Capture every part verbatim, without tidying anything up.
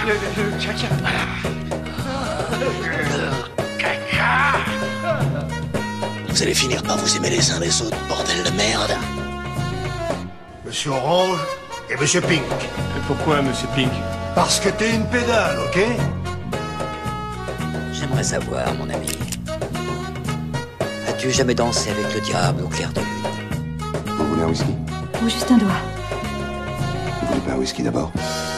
le, le, le caca. Le caca. Vous allez finir par vous aimer les uns les autres, bordel de merde. Monsieur Orange et Monsieur Pink. Et pourquoi, Monsieur Pink? Parce que t'es une pédale, ok? J'aimerais savoir, mon ami. As-tu jamais dansé avec le diable au clair de lune? Vous voulez un whisky? Ou juste un doigt. Vous voulez pas un whisky d'abord?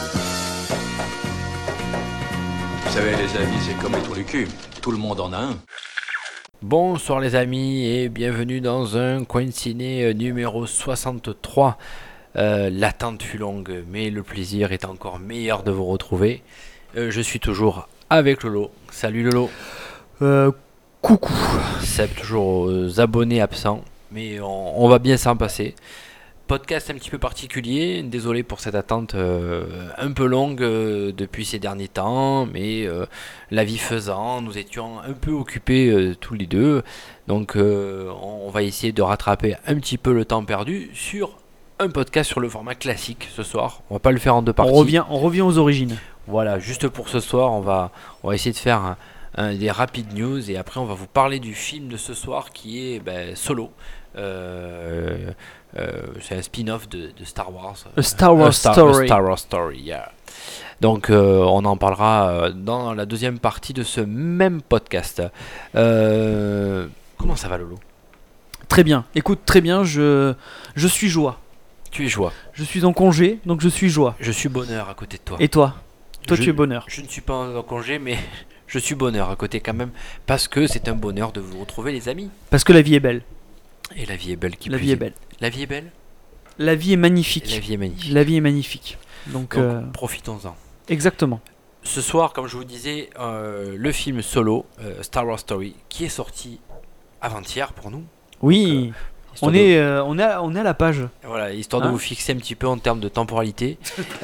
Vous savez, les amis, c'est comme les trous du cul. Tout le monde en a un. Bonsoir les amis et bienvenue dans un coin ciné numéro soixante-trois. Euh, l'attente fut longue, mais le plaisir est encore meilleur de vous retrouver. Euh, je suis toujours avec Lolo. Salut Lolo. Euh, coucou. Seb toujours aux abonnés absents, mais on, on va bien s'en passer. Podcast un petit peu particulier, désolé pour cette attente euh, un peu longue euh, depuis ces derniers temps, mais euh, la vie faisant, nous étions un peu occupés euh, tous les deux, donc euh, on, on va essayer de rattraper un petit peu le temps perdu sur un podcast sur le format classique ce soir. On va pas le faire en deux parties. On revient, on revient aux origines. Voilà, juste pour ce soir, on va, on va essayer de faire un, un, des rapides news et après on va vous parler du film de ce soir qui est ben, Solo. Euh, euh, c'est un spin-off de, de Star Wars. A Star Wars A Star, Story. A Star Wars Story, yeah. Donc euh, on en parlera euh, dans la deuxième partie de ce même podcast. Euh, comment ça va Lolo? Très bien. Écoute, très bien. Je, je suis joie. Tu es joie. Je suis en congé, donc je suis joie. Je suis bonheur à côté de toi. Et toi? Toi, je, tu es bonheur. Je ne suis pas en congé, mais je suis bonheur à côté quand même, parce que c'est un bonheur de vous retrouver les amis. Parce que la vie est belle. Et la vie est belle qui La plus vie est est. belle. La vie est belle. La vie est magnifique. La vie est magnifique. La vie est magnifique. Donc, Donc euh, profitons-en. exactement. Ce soir, comme je vous disais, euh, le film Solo, euh, Star Wars Story, qui est sorti avant-hier pour nous. Oui. Donc, euh, histoire on de- est, euh, on est, à, on est à la page. Voilà, histoire Hein de vous fixer un petit peu en termes de temporalité.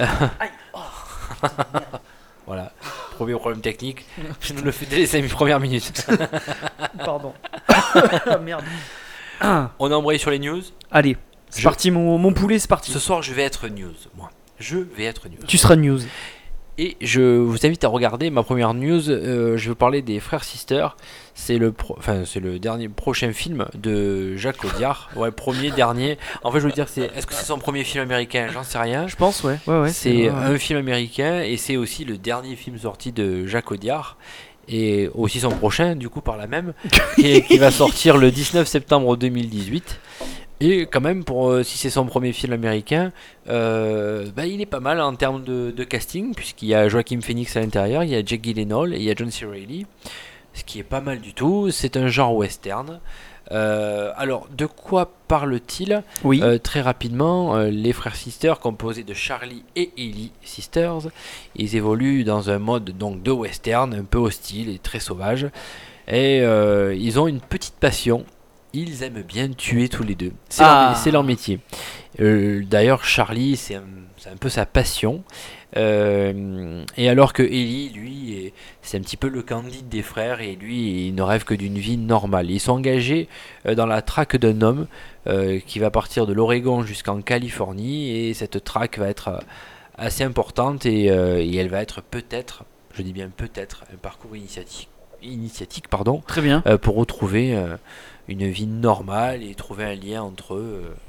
Voilà, premier problème technique. Je nous le fais dès les cinq premières minutes. Pardon. Merde. On a embrayé sur les news. Allez, c'est Je- parti, mon, mon poulet, c'est parti. Ce soir, je vais être news, moi. Je vais être news. Tu seras news. Et je vous invite à regarder ma première news. Euh, je vais vous parler des Frères Sisters. C'est le, pro- enfin, c'est le dernier prochain film de Jacques Audiard. Ouais, premier, dernier. En fait, je veux dire, c'est, est-ce que c'est son premier film américain? J'en sais rien. Je pense, ouais. ouais, ouais C'est vrai, ouais. un film américain et c'est aussi le dernier film sorti de Jacques Audiard. Et aussi son prochain, du coup, par la même, qui, qui va sortir le dix-neuf septembre deux mille dix-huit. Et quand même, pour, euh, si c'est son premier film américain, euh, bah, il est pas mal en termes de, de casting, puisqu'il y a Joaquin Phoenix à l'intérieur, il y a Jake Gyllenhaal et il y a John C. Reilly, ce qui est pas mal du tout. C'est un genre western. Euh, alors, de quoi parle-t-il? Oui. Euh, Très rapidement, euh, les frères Sisters, composés de Charlie et Ellie Sisters, ils évoluent dans un mode donc de western un peu hostile et très sauvage. Et euh, ils ont une petite passion. Ils aiment bien tuer tous les deux. C'est, Ah. leur, c'est leur métier. Euh, d'ailleurs, Charlie, c'est un, c'est un peu sa passion. Euh, et alors que Ellie, lui, est- c'est un petit peu le Candide des frères. Et lui, il ne rêve que d'une vie normale. Ils sont engagés euh, dans la traque d'un homme euh, qui va partir de l'Oregon jusqu'en Californie. Et cette traque va être euh, assez importante. Et, euh, et elle va être peut-être, je dis bien peut-être, un parcours initiatique, initiatique pardon, Très bien. euh, pour retrouver euh, une vie normale et trouver un lien entre eux. euh,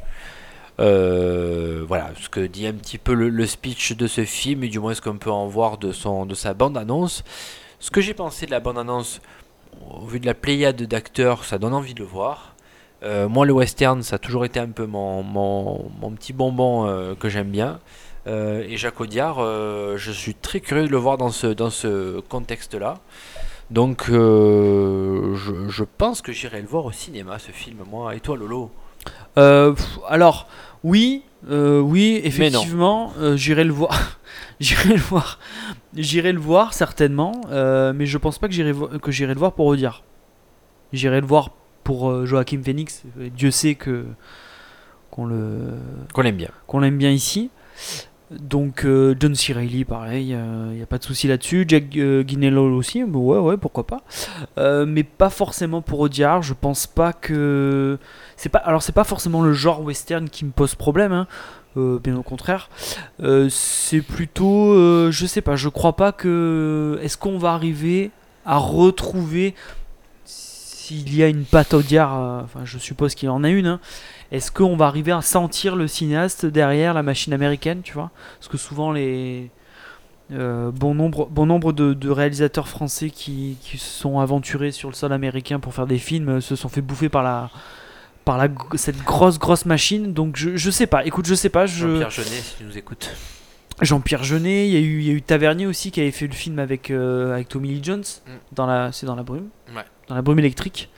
euh, voilà ce que dit un petit peu le, le speech de ce film, et du moins ce qu'on peut en voir de, son, de sa bande-annonce. Ce que j'ai pensé de la bande-annonce, au vu de la pléiade d'acteurs, ça donne envie de le voir. Euh, moi, le western, ça a toujours été un peu mon, mon, mon petit bonbon euh, que j'aime bien. Euh, et Jacques Audiard, euh, je suis très curieux de le voir dans ce, dans ce contexte-là. Donc, euh, je, je pense que j'irai le voir au cinéma, ce film, moi. Et toi, Lolo? Euh, pff, alors, oui, euh, oui, Mais non. effectivement, euh, j'irai le voir. j'irai le voir. J'irai le voir certainement, euh, mais je pense pas que j'irai vo- que j'irai le voir pour Audiard. J'irai le voir pour euh, Joaquin Phoenix. Dieu sait que qu'on le Qu'on l'aime bien. qu'on l'aime bien ici. Donc euh, John C. Reilly, pareil, il euh, n'y a pas de souci là-dessus. Jack euh, Gyllenhaal aussi, bah ouais, ouais, pourquoi pas. Euh, mais pas forcément pour Audiard. Je pense pas que c'est pas. Alors c'est pas forcément le genre western qui me pose problème. Hein. Euh, bien au contraire. Euh, c'est plutôt, euh, je sais pas, je crois pas que. Est-ce qu'on va arriver à retrouver, s'il y a une patte Audiard, euh, enfin je suppose qu'il y en a une, hein, est-ce qu'on va arriver à sentir le cinéaste derrière la machine américaine, tu vois? Parce que souvent les euh, bon nombre, bon nombre de, de réalisateurs français qui, qui se sont aventurés sur le sol américain pour faire des films euh, se sont fait bouffer par la par la, cette grosse grosse machine. Donc je, je sais pas, écoute, je sais pas. Je... Jean-Pierre Jeunet, si tu nous écoutes. Jean-Pierre Jeunet, il y a eu, il y a eu Tavernier aussi qui avait fait le film avec, euh, avec Tommy Lee Jones, Mm. dans la, c'est dans la brume, Ouais. dans la brume électrique.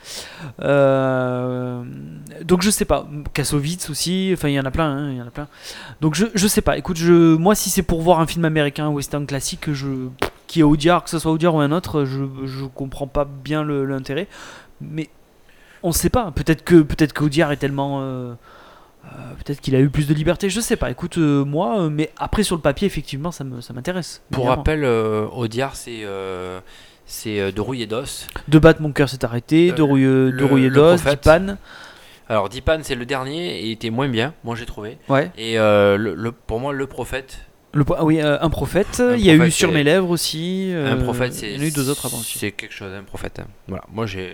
Euh, donc je sais pas, Kassovitz aussi, enfin il y en a plein, hein, il y en a plein. Donc je, je sais pas, écoute, je, moi si c'est pour voir un film américain, un western classique, je, qui est Audiard, que ce soit Audiard ou un autre, je, je comprends pas bien le, l'intérêt. Mais on sait pas, peut-être que, peut-être qu'Audiard est tellement... Euh, Euh, peut-être qu'il a eu plus de liberté, je sais pas. Écoute, euh, moi, euh, mais après sur le papier, effectivement, ça me, ça m'intéresse. Pour évidemment. rappel, euh, Audiard, c'est euh, c'est euh, De Rouille et d'Os. De battre mon cœur s'est arrêté, Euh, de rouiller, de le- rouiller le d'os, prophète. Dipan. Alors, Dipan, c'est le dernier et il était moins bien, moi j'ai trouvé. Ouais. Et euh, le, le- pour moi, Le Prophète, Le, po- ah oui, euh, un prophète. Un Il y a eu prophète, Sur c'est- mes lèvres aussi. euh, un prophète, c'est Il y en a eu deux autres avant aussi. c'est quelque chose, un prophète. hein. Voilà, moi j'ai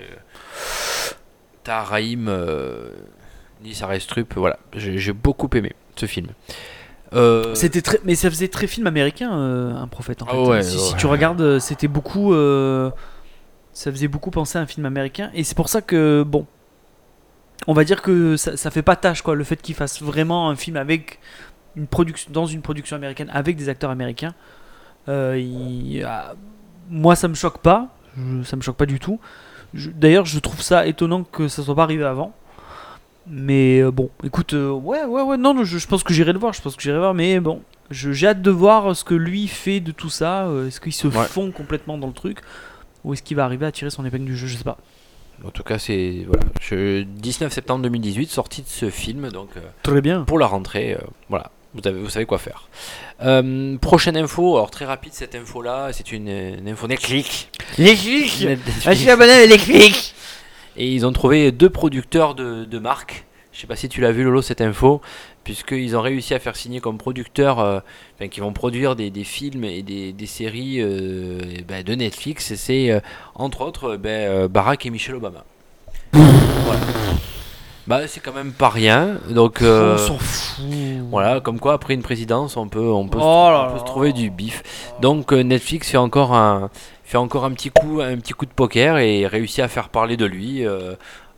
Tahar Rahim, euh, Nissa Restrup, voilà, j'ai j'ai beaucoup aimé ce film. Euh, C'était très, mais ça faisait très film américain, euh, un prophète. En Ah fait. ouais, si, si ouais. tu regardes, euh, c'était beaucoup. euh, ça faisait beaucoup penser à un film américain, et c'est pour ça que bon, on va dire que ça, ça fait pas tâche quoi, le fait qu'il fasse vraiment un film avec une production, dans une production américaine avec des acteurs américains. Euh, il- ah, moi, ça me choque pas, je- ça me choque pas du tout. Je- D'ailleurs, je trouve ça étonnant que ça soit pas arrivé avant. Mais euh, bon, écoute, euh, ouais, ouais, ouais, non, non, je, je pense que j'irai le voir, je pense que j'irai voir, mais bon, je- j'ai hâte de voir ce que lui fait de tout ça. euh, Est-ce qu'il se Ouais. fond complètement dans le truc, ou est-ce qu'il va arriver à tirer son épingle du jeu, je sais pas. En tout cas, c'est voilà, je- dix-neuf septembre deux mille dix-huit, sortie de ce film, donc euh, Très bien. pour la rentrée, euh, voilà, vous, avez, vous savez quoi faire. Euh, prochaine info, alors très rapide cette info-là, c'est une, une info Netflix. Netflix. Netflix. Ah, je suis abonné à Netflix. Et ils ont trouvé deux producteurs de, de marque. Je sais pas si tu l'as vu Lolo cette info, puisqu'ils ont réussi à faire signer comme producteurs, euh, enfin, qui vont produire des, des films et des, des séries euh, et ben, de Netflix. Et c'est euh, entre autres ben, euh, Barack et Michelle Obama. Voilà. Bah c'est quand même pas rien. Donc euh, On s'en fout. voilà, comme quoi après une présidence, on peut, on peut, se, Oh là on peut là. se trouver du bif. Donc euh, Netflix fait encore un, fait encore un petit coup, un petit coup de poker et réussit à faire parler de lui euh,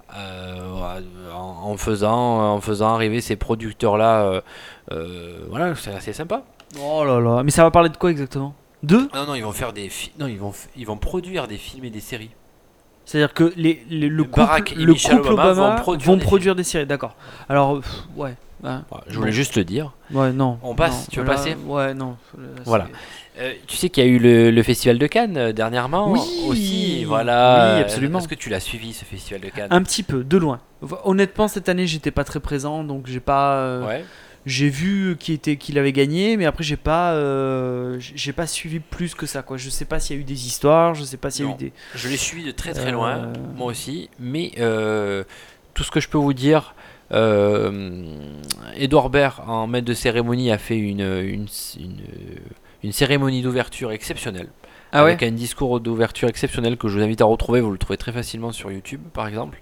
euh, en, en faisant, en faisant arriver ces producteurs là. Voilà, c'est assez sympa. Oh là là. Mais ça va parler de quoi exactement? Deux. Non non, ils vont faire des, fi- non ils vont, f- ils vont produire des films et des séries. C'est-à-dire que les, les- le couple, Barack et le Michelle couple Obama Obama, vont vont produire produire, des des séries, d'accord. Alors, pff, ouais. hein. Voilà, je voulais Bon. juste le dire. Ouais, non. On passe, non, tu veux là, passer Ouais, non. là, Voilà. c'est- Euh, tu sais qu'il y a eu le, le festival de Cannes euh, dernièrement Oui, aussi, voilà. oui, absolument. Est-ce que tu l'as suivi ce festival de Cannes? Un petit peu, de loin. Honnêtement, cette année, j'étais pas très présent, donc j'ai pas. euh, Ouais. J'ai vu qu'il était, qu'il avait gagné, mais après, j'ai pas, euh, j'ai pas suivi plus que ça, quoi. Je sais pas s'il y a eu des histoires, je sais pas s'il y a Non. eu des. Je l'ai suivi de très très Euh, loin, moi aussi, mais euh, tout ce que je peux vous dire, euh, Edouard Baird, en maître de cérémonie, a fait une, une, une, une cérémonie d'ouverture exceptionnelle, Ah ouais. avec un discours d'ouverture exceptionnel que je vous invite à retrouver, vous le trouvez très facilement sur YouTube par exemple.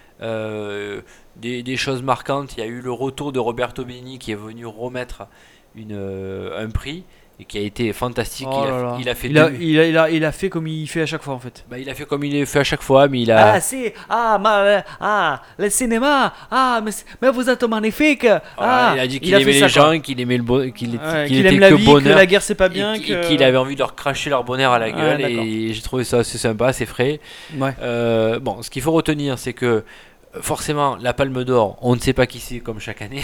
Euh, des, des choses marquantes, il y a eu le retour de Roberto Benigni qui est venu remettre une, euh, un prix et qui a été fantastique. Oh il, là a, là. il a fait il, a, deux- il, a, il, a, il a fait comme il fait à chaque fois, en fait. bah, il a fait comme il est fait à chaque fois, mais il a. Ah, si, ah, ma, ah, le cinéma, ah, mais, c'est- mais vous êtes magnifique. Voilà, Ah, il a dit qu'il a aimait fait les ça, quoi. gens, qu'il aimait le bon, qu'il était, Ouais, qu'il qu'il était aime la que vie, bonheur, que la guerre c'est pas et bien, qu'il- que... et qu'il avait envie de leur cracher leur bonheur à la Ouais, gueule, d'accord. et j'ai trouvé ça assez sympa, assez frais. Ouais. Euh, bon, ce qu'il faut retenir, c'est que euh, forcément, la Palme d'Or, on ne sait pas qui c'est comme chaque année.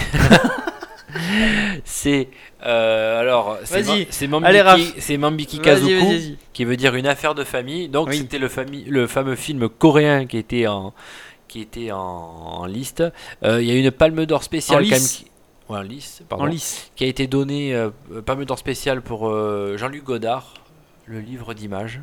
c'est euh, alors c'est Vas-y. Ma- c'est Allez, Raph. Mambiki, c'est Mambiki Vas-y, Kazoku, vas-y, vas-y. qui veut dire une affaire de famille. Donc Oui. c'était le, fami- le fameux film coréen qui était en, qui était en, en liste. Euh, Il y a une Palme d'Or spéciale En quand même lice. qui- ouais, en lice, pardon, En lice. qui a été donnée, euh, Palme d'Or spéciale pour euh, Jean-Luc Godard, le livre d'images.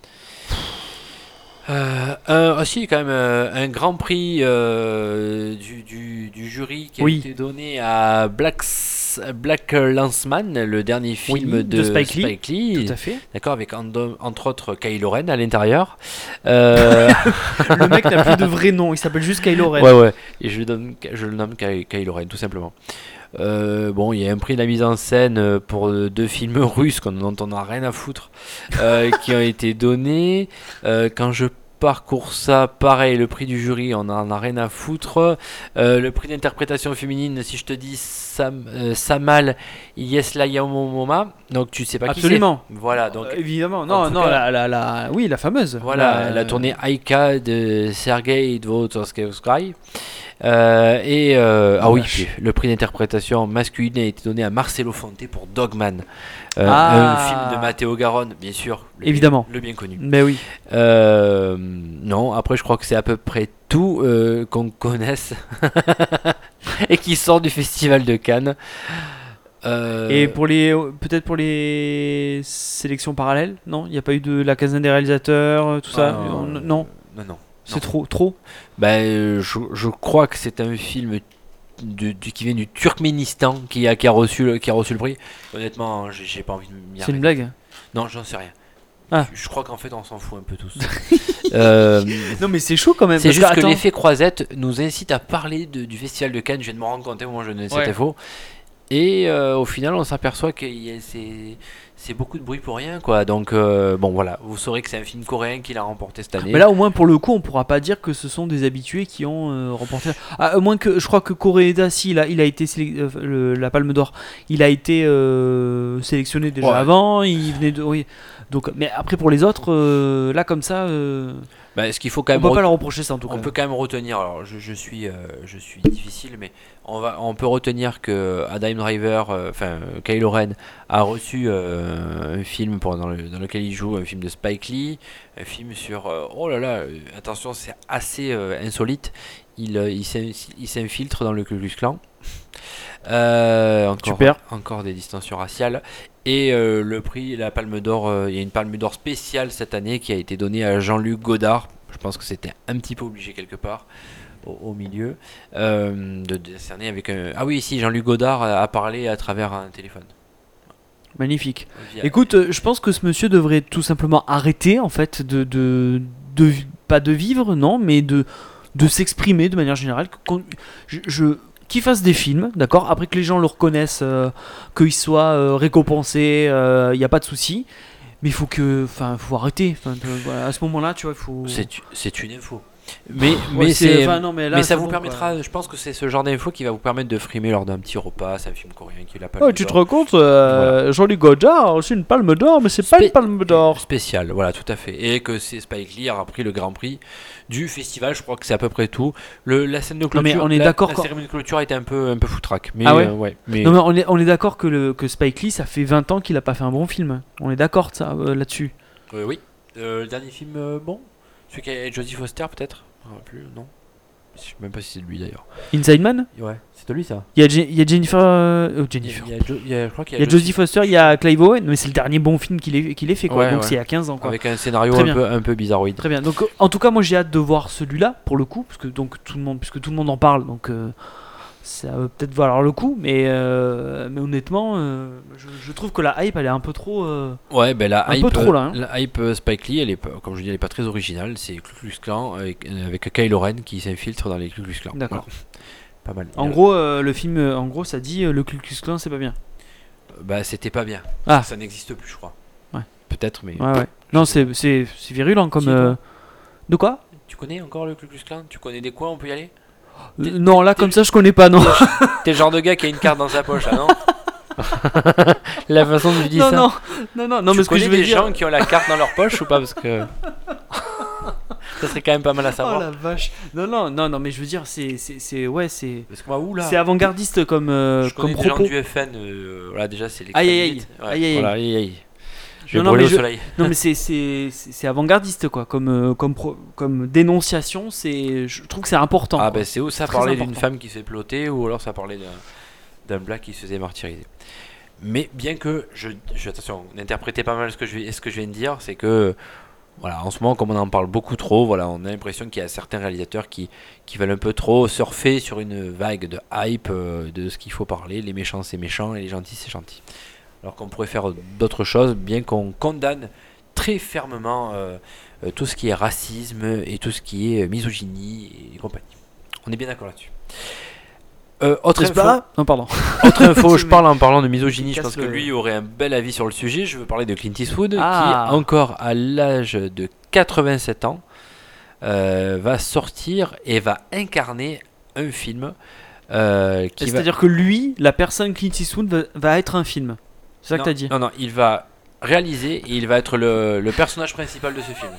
Euh, un, ah si, quand même euh, un grand prix euh, du, du, du jury qui a Oui. été donné à Black Lance, Black Lanceman, le dernier film Oui, de, de Spike Lee. Spike Lee. Tout à fait. D'accord, avec endo- entre autres Kylo Ren à l'intérieur. Euh, Le mec n'a plus de vrai nom, il s'appelle juste Kylo Ren. ouais, ouais. Et je le, donne, je le nomme Ky- Kylo Ren, tout simplement. Euh, bon, il y a un prix de la mise en scène euh, pour euh, deux films russes qu'on- dont on n'a rien à foutre, euh, qui ont été donnés. Euh, quand je parcours ça, pareil, le prix du jury, on en a rien à foutre. Euh, le prix d'interprétation féminine, si je te dis Sam, euh, Samal Yeslayaomoma, donc tu sais pas Absolument. qui c'est. Voilà, donc Euh, évidemment, en non, tout non, cas- la, la, la- oui, la fameuse. voilà, La- la tournée Aika de Sergei Dvorsky. Euh, et euh, ah oui, Vache. puis le prix d'interprétation masculine a été donné à Marcelo Fonte pour Dogman, euh, Ah. un film de Matteo Garonne, bien sûr, le Évidemment. bien- le bien connu. Mais oui. Euh, non, après je crois que c'est à peu près tout euh, qu'on connaisse et qui sort du festival de Cannes. Euh, Et pour les, peut-être pour les sélections parallèles, non, il n'y a pas eu de la quinzaine des réalisateurs, euh, tout ça. euh, On- non, non, non. c'est non. trop, trop. Ben, euh, je, je crois que c'est un film de, du- qui vient du Turkménistan qui a, qui a, reçu, le, qui a reçu le prix. Honnêtement, j'ai, j'ai pas envie de m'y C'est une arrêter. blague. Non, j'en sais rien. Ah. Je, je crois qu'en fait, on s'en fout un peu tous. Euh, Non, mais c'est chaud quand même. c'est parce juste que attends, l'effet croisette nous incite à parler de- du festival de Cannes. Je viens de me rendre compte, moi je ne Ouais. c'était faux. Et euh, au final, on s'aperçoit que y a- c'est, c'est beaucoup de bruit pour rien, quoi. Donc, euh, bon, voilà. Vous saurez que c'est un film coréen qui l'a remporté cette année. Mais là, au moins, pour le coup, on pourra pas dire que ce sont des habitués qui ont euh, remporté. Ah, au moins que je crois que Koreeda, si, il a, il a été sélec- euh, le- la Palme d'Or, il a été euh, sélectionné déjà Ouais. avant. Il venait de. Oui. Donc, mais après, pour les autres, euh, là, comme ça, euh, Ben, ce qu'il faut quand on même peut re- pas leur reprocher ça en tout On cas. peut quand même retenir, alors je, je suis, euh, je suis difficile, mais on, va, on peut retenir que Adam Driver, euh, enfin euh, Kylo Ren, a reçu euh, un film pour, dans, le- dans lequel il joue, un film de Spike Lee, un film sur, euh, oh là là, euh, attention, c'est assez euh, insolite, il, euh, il, s'in- il s'infiltre dans le Ku Klux Klan. Euh, encore, Super. encore des distinctions raciales. Et euh, le prix, la Palme d'Or, euh, il y a une Palme d'Or spéciale cette année qui a été donnée à Jean-Luc Godard. Je pense que c'était un petit peu obligé quelque part au, au milieu euh, de décerner avec un. Ah oui, si Jean-Luc Godard a, a parlé à travers un téléphone. Magnifique. Via- Écoute, euh, je pense que ce monsieur devrait tout simplement arrêter en fait de, de, de vi- pas de vivre, non, mais de, de s'exprimer de manière générale. Qu'on- Je, je- qu'il fasse des films, d'accord. Après que les gens le reconnaissent, euh, qu'il soit euh, récompensé, il n'y a pas de souci. Mais il faut que, enfin, faut arrêter. Enfin, de- voilà, à ce moment-là, tu vois, il faut. C'est, c'est une info. Mais, Ouais, mais, c'est, enfin, non, mais là, mais c'est ça vous bon, permettra, quoi. je pense que c'est ce genre d'info qui va vous permettre de frimer lors d'un petit repas. C'est un film coréen qui l'a pas Oh, tu te rends compte, euh, Jean-Luc Godard a reçu une palme d'or, mais c'est pas Spé- une palme d'or. spécial, voilà, tout à fait. Et que c'est Spike Lee a pris le grand prix du festival, je crois que c'est à peu près tout. Le, la scène de clôture, mais on est la, d'accord la quand- cérémonie de clôture a été un peu, un peu foutraque. Mais, Ah ouais euh, ouais, mais Non, mais on est, on est d'accord que, le, que Spike Lee, ça fait vingt ans qu'il a pas fait un bon film. On est d'accord de ça, euh, là-dessus. euh, oui. Euh, le dernier film, euh, bon, celui qui a Jodie Foster peut-être. Ah, plus, non. Je sais même pas si c'est de lui d'ailleurs. Inside Man, Ouais, c'est de lui ça. il y a, Je- il y a Jennifer. euh, oh, Il y a- Jennifer. il y a Jo- il y a- je crois qu'il Il y a Jodie Foster, il y a Clive Owen, mais c'est le dernier bon film qu'il ait, qu'il ait fait, quoi. Ouais, Donc ouais. c'est il y a quinze ans, quoi. Avec un scénario Très un bien. peu, un peu bizarroïde. Très bien. Donc, euh, en tout cas, moi j'ai hâte de voir celui-là pour le coup, parce que donc tout le monde, puisque tout le monde en parle, donc euh, ça va peut-être valoir le coup. Mais, euh, mais honnêtement, euh, je, je trouve que la hype, elle est un peu trop. euh, Ouais, ben la Un hype, peu trop, là, hein. la hype euh, Spike Lee, elle est pas, comme je dis, elle est pas très originale. C'est Ku Klux Klan avec, avec Kylo Ren qui s'infiltre dans les Ku Klux Klan. D'accord. Voilà. Pas mal. En Et, gros, euh, le film, euh, en gros, ça dit euh, le Ku Klux Klan, c'est pas bien. euh, bah c'était pas bien. Ah. Ça n'existe plus, je crois. Ouais. Peut-être, mais. Ouais, ouais. Non, c'est, c'est, c'est virulent comme. Si, euh, toi. De quoi Tu connais encore le Ku Klux Klan? Tu connais des coins, on peut y aller? Euh, Non, là, comme ça, je connais pas, non. T'es le genre de gars qui a une carte dans sa poche, là, non? La façon dont tu dis non, ça. non, non, non, non, tu mais ce que connais je veux des dire. gens qui ont la carte dans leur poche ou pas? Parce que. Ça serait quand même pas mal à Oh savoir. la vache. Non, non, non, non, mais je veux dire, c'est, c'est, c'est ouais, c'est, Parce que moi, oula. c'est avant-gardiste comme, euh, Je connais comme des gens propos. du F N. euh, voilà, déjà, c'est les. Aïe, aïe, aïe. Ouais, Aïe, aïe, aïe. Voilà, aïe, aïe. Je vais Non, non, brûler mais au je- soleil. Non, mais c'est, c'est, c'est, c'est avant-gardiste quoi, comme, euh, comme, pro- comme dénonciation. C'est, je trouve que c'est important. Ah, quoi. ben c'est où ça Très parlait d'une important. femme qui se fait ploter ou alors ça parlait d'un, d'un black qui se faisait martyriser. Mais bien que, je, je attention, n'interprétez pas mal ce que je, vais- ce que je viens de dire, c'est que Voilà, en ce moment, comme on en parle beaucoup trop, voilà, on a l'impression qu'il y a certains réalisateurs qui, qui veulent un peu trop surfer sur une vague de hype euh, de ce qu'il faut parler. Les méchants, c'est méchant et les gentils, c'est gentil. Alors qu'on pourrait faire d'autres choses, bien qu'on condamne très fermement euh, euh, tout ce qui est racisme et tout ce qui est misogynie et compagnie. On est bien d'accord là-dessus. Euh, autre N'est-ce info, pas Non, pardon. autre info, je parle en parlant de misogynie, je Casse pense que le- lui aurait un bel avis sur le sujet. Je veux parler de Clint Eastwood, Ah. qui, encore à l'âge de quatre-vingt-sept ans, euh, va sortir et va incarner un film euh, qui va... C'est-à-dire que lui, la personne Clint Eastwood, va, va être un film. C'est ça non, que t'as dit. Non, non, il va réaliser et il va être le, le personnage principal de ce film.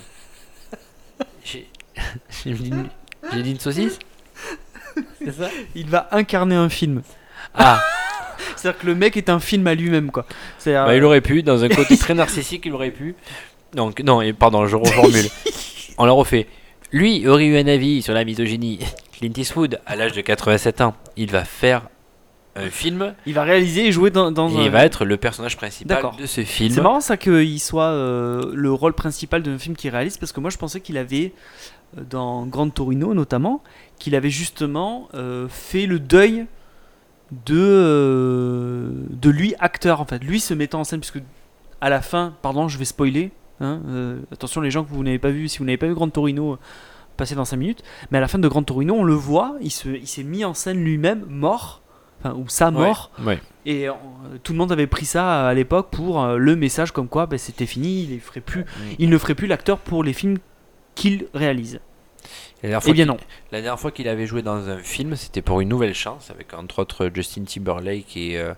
J'ai j'ai dit, une- j'ai dit une saucisse. C'est ça? Il va incarner un film. Ah, C'est-à-dire que le mec est un film à lui-même, quoi. C'est-à-dire, bah, il aurait pu, dans un côté très narcissique, il aurait pu. Donc, non, et pardon, je reformule. On l'a refait. Lui aurait eu un avis sur la misogynie. Clint Eastwood, à l'âge de quatre-vingt-sept ans, il va faire un film il va réaliser et jouer dans, dans et un... il va être le personnage principal D'accord. de ce film. C'est marrant ça qu'il soit euh, le rôle principal d'un film qu'il réalise, parce que moi je pensais qu'il avait, euh, dans Gran Torino notamment, qu'il avait justement euh, fait le deuil de, euh, de lui acteur en fait, lui se mettant en scène, puisque à la fin, pardon je vais spoiler, hein, euh, attention les gens que vous n'avez pas vu, si vous n'avez pas vu Gran Torino, euh, passez dans cinq minutes, mais à la fin de Gran Torino on le voit, il, se, il s'est mis en scène lui-même mort, enfin ou sa mort. Ouais, ouais. Et euh, tout le monde avait pris ça à l'époque pour euh, le message comme quoi bah, c'était fini, il, ferait plus, il ne ferait plus l'acteur pour les films qu'il réalise. La dernière Eh fois bien qu'il- non. La dernière fois qu'il avait joué dans un film, c'était pour Une Nouvelle Chance, avec entre autres Justin Timberlake et, euh,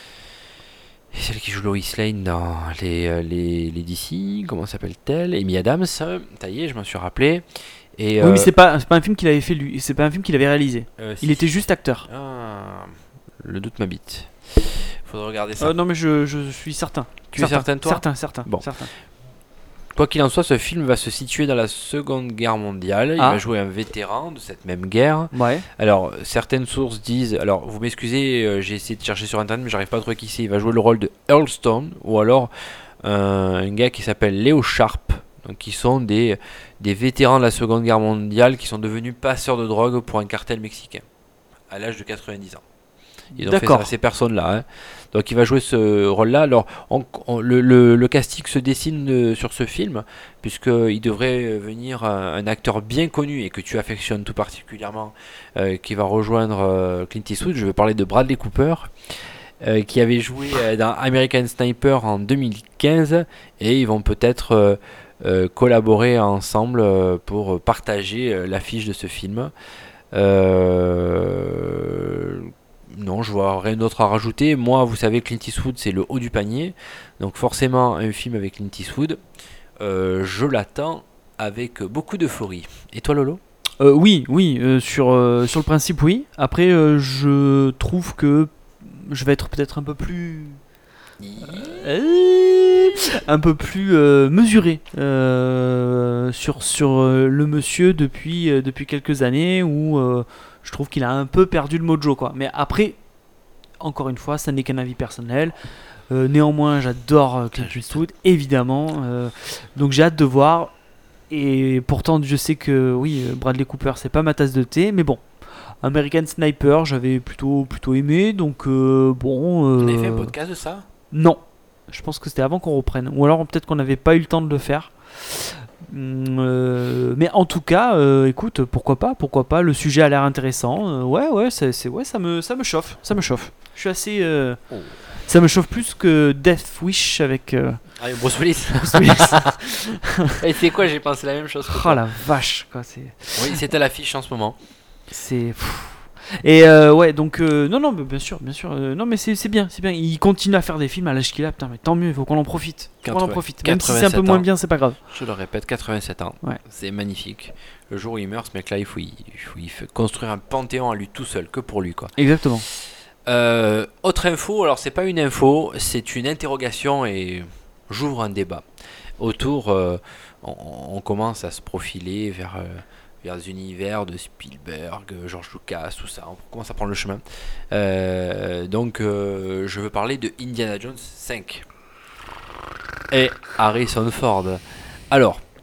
et celle qui joue Lois Lane dans les, euh, les, les D C, comment s'appelle-t-elle? Amy Adams, ça y est, je m'en suis rappelé. Et, Oui, euh, mais c'est pas, c'est pas un film qu'il avait fait lui, c'est pas un film qu'il avait réalisé. euh, Il si- était juste acteur. Ah, le doute m'habite. Faudrait regarder ça. Euh, non mais je, je suis certain. Tu es certain, certain, toi? Certain, certain. Bon. certain. Quoi qu'il en soit, ce film va se situer dans la Seconde Guerre mondiale. Il Ah. va jouer un vétéran de cette même guerre. Ouais. Alors, certaines sources disent... Alors, vous m'excusez, euh, j'ai essayé de chercher sur Internet, mais j'arrive pas à trouver qui c'est. Il va jouer le rôle de Earl Stone, ou alors euh, un gars qui s'appelle Léo Sharp, donc qui sont des, des vétérans de la Seconde Guerre mondiale qui sont devenus passeurs de drogue pour un cartel mexicain, à l'âge de quatre-vingt-dix ans. Ils ont fait D'accord. ça à ces personnes-là. Hein. Donc il va jouer ce rôle-là. Alors on- on- le, le, le casting se dessine euh, sur ce film, puisqu'il devrait euh, venir un, un acteur bien connu et que tu affectionnes tout particulièrement, euh, qui va rejoindre euh, Clint Eastwood. Je vais parler de Bradley Cooper, euh, qui avait joué euh, dans American Sniper en deux mille quinze, et ils vont peut-être euh, euh, collaborer ensemble euh, pour partager euh, l'affiche de ce film. Euh, non, je vois rien d'autre à rajouter. Moi, vous savez, Clint Eastwood, c'est le haut du panier. Donc forcément, un film avec Clint Eastwood, euh, je l'attends avec beaucoup d'euphorie. Et toi, Lolo? Euh, oui, oui, euh, sur, euh, sur le principe, oui. Après, euh, je trouve que je vais être peut-être un peu plus. Euh, un peu plus euh, mesuré euh, sur, sur euh, le monsieur depuis, euh, depuis quelques années où euh, je trouve qu'il a un peu perdu le mojo, quoi. Mais après, encore une fois, ça n'est qu'un avis personnel. Euh, néanmoins, j'adore euh, Clint Eastwood, évidemment. euh, donc j'ai hâte de voir. Et pourtant, je sais que oui, euh, Bradley Cooper, c'est pas ma tasse de thé, mais bon. American Sniper, j'avais plutôt, plutôt aimé, donc euh, bon. euh, On avait fait un podcast de ça? Non, je pense que c'était avant qu'on reprenne. Ou alors peut-être qu'on n'avait pas eu le temps de le faire. Hum, euh, mais en tout cas, euh, écoute, pourquoi pas, pourquoi pas. Le sujet a l'air intéressant. Euh, ouais, ouais, c'est, c'est, ouais, ça me, ça me chauffe, ça me chauffe. Je suis assez. euh, Oh. Ça me chauffe plus que Death Wish avec. Euh, Ah, Bruce Willis. Bruce Willis. Et c'est quoi? J'ai pensé la même chose. que Oh toi. la vache, quoi. C'est. Oui, c'est à l'affiche en ce moment. C'est. pff. Et euh, ouais, donc euh, non, non, mais bien sûr, bien sûr. euh, non, mais c'est, c'est bien, c'est bien. Il continue à faire des films à l'âge qu'il a, putain, mais tant mieux. Il faut qu'on en profite. Faut qu'on en quatre-vingts profite. Même si c'est un peu quatre-vingt-sept moins ans. bien, c'est pas grave. Je le répète, quatre-vingt-sept ans. Ouais. C'est magnifique. Le jour où il meurt, ce mec-là, il faut, y- il faut y f- construire un panthéon à lui tout seul, que pour lui, quoi. Exactement. Euh, autre info, alors c'est pas une info, c'est une interrogation et j'ouvre un débat. Autour, euh, on, on commence à se profiler vers, euh, vers les univers de Spielberg, George Lucas, tout ça. On commence à prendre le chemin. Euh, donc, euh, je veux parler de Indiana Jones cinq et Harrison Ford. Alors,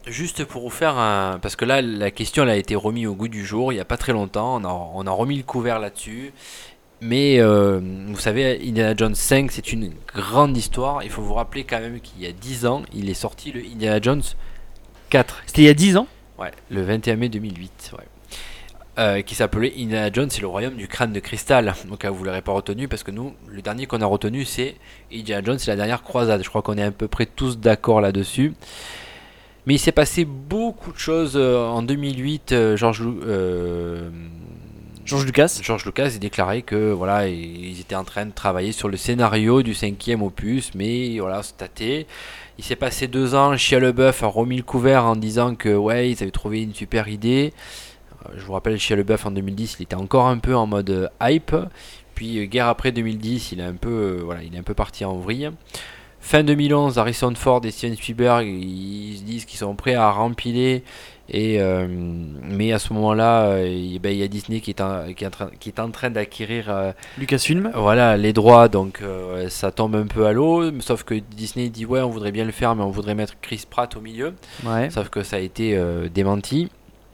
juste pour vous faire un... Parce que là, la question elle a été remise au goût du jour il n'y a pas très longtemps. On a, on a remis le couvert là-dessus. Mais euh, vous savez, Indiana Jones cinq, c'est une grande histoire. Il faut vous rappeler quand même qu'il y a dix ans, il est sorti le Indiana Jones quatre. C'était il y a dix ans. Ouais, le vingt et un mai deux mille huit. Ouais. Euh, qui s'appelait Indiana Jones et le royaume du crâne de cristal. Donc vous l'aurez pas retenu parce que nous, le dernier qu'on a retenu, c'est Indiana Jones et la dernière croisade. Je crois qu'on est à peu près tous d'accord là-dessus. Mais il s'est passé beaucoup de choses euh, en deux mille huit. Euh, George, euh, George Lucas. George Lucas a déclaré que voilà, ils étaient en train de travailler sur le scénario du cinquième opus, mais voilà, c'est tâté. Il s'est passé deux ans. Shia LaBeouf a remis le couvert en disant que ouais, ils avaient trouvé une super idée. Je vous rappelle, Shia LaBeouf en deux mille dix, il était encore un peu en mode euh, hype. Puis euh, guerre après deux mille dix, il est un peu, euh, voilà, il est un peu parti en vrille. Fin deux mille onze, Harrison Ford et Steven Spielberg, ils se disent qu'ils sont prêts à rempiler. Et euh, mais à ce moment-là, euh, il ben, y a Disney qui est en, qui est en train, qui est en train d'acquérir euh, Lucasfilm. voilà, les droits, donc euh, ça tombe un peu à l'eau. Sauf que Disney dit ouais, on voudrait bien le faire, mais on voudrait mettre Chris Pratt au milieu. Ouais. Sauf que ça a été euh, démenti.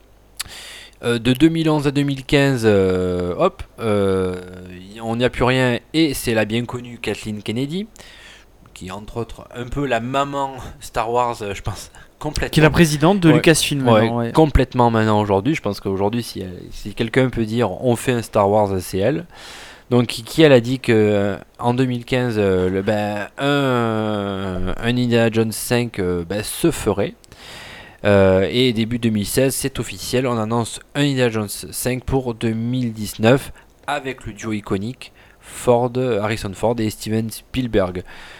Euh, de deux mille onze à deux mille quinze, euh, hop, euh, on n'y a plus rien et c'est la bien connue Kathleen Kennedy, qui est entre autres un peu la maman Star Wars, euh, je pense, complètement. Qui est la présidente de Ouais. Lucasfilm. Ouais, maintenant, ouais. complètement maintenant aujourd'hui. Je pense qu'aujourd'hui, si, elle- si quelqu'un peut dire on fait un Star Wars, c'est elle. Donc, qui, qui elle a dit que euh, en deux mille quinze, euh, le, ben, un, un Indiana Jones cinq euh, ben, se ferait. Euh, et début deux mille seize, c'est officiel, on annonce un Indiana Jones cinq pour deux mille dix-neuf avec le duo iconique Ford, Harrison Ford et Steven Spielberg.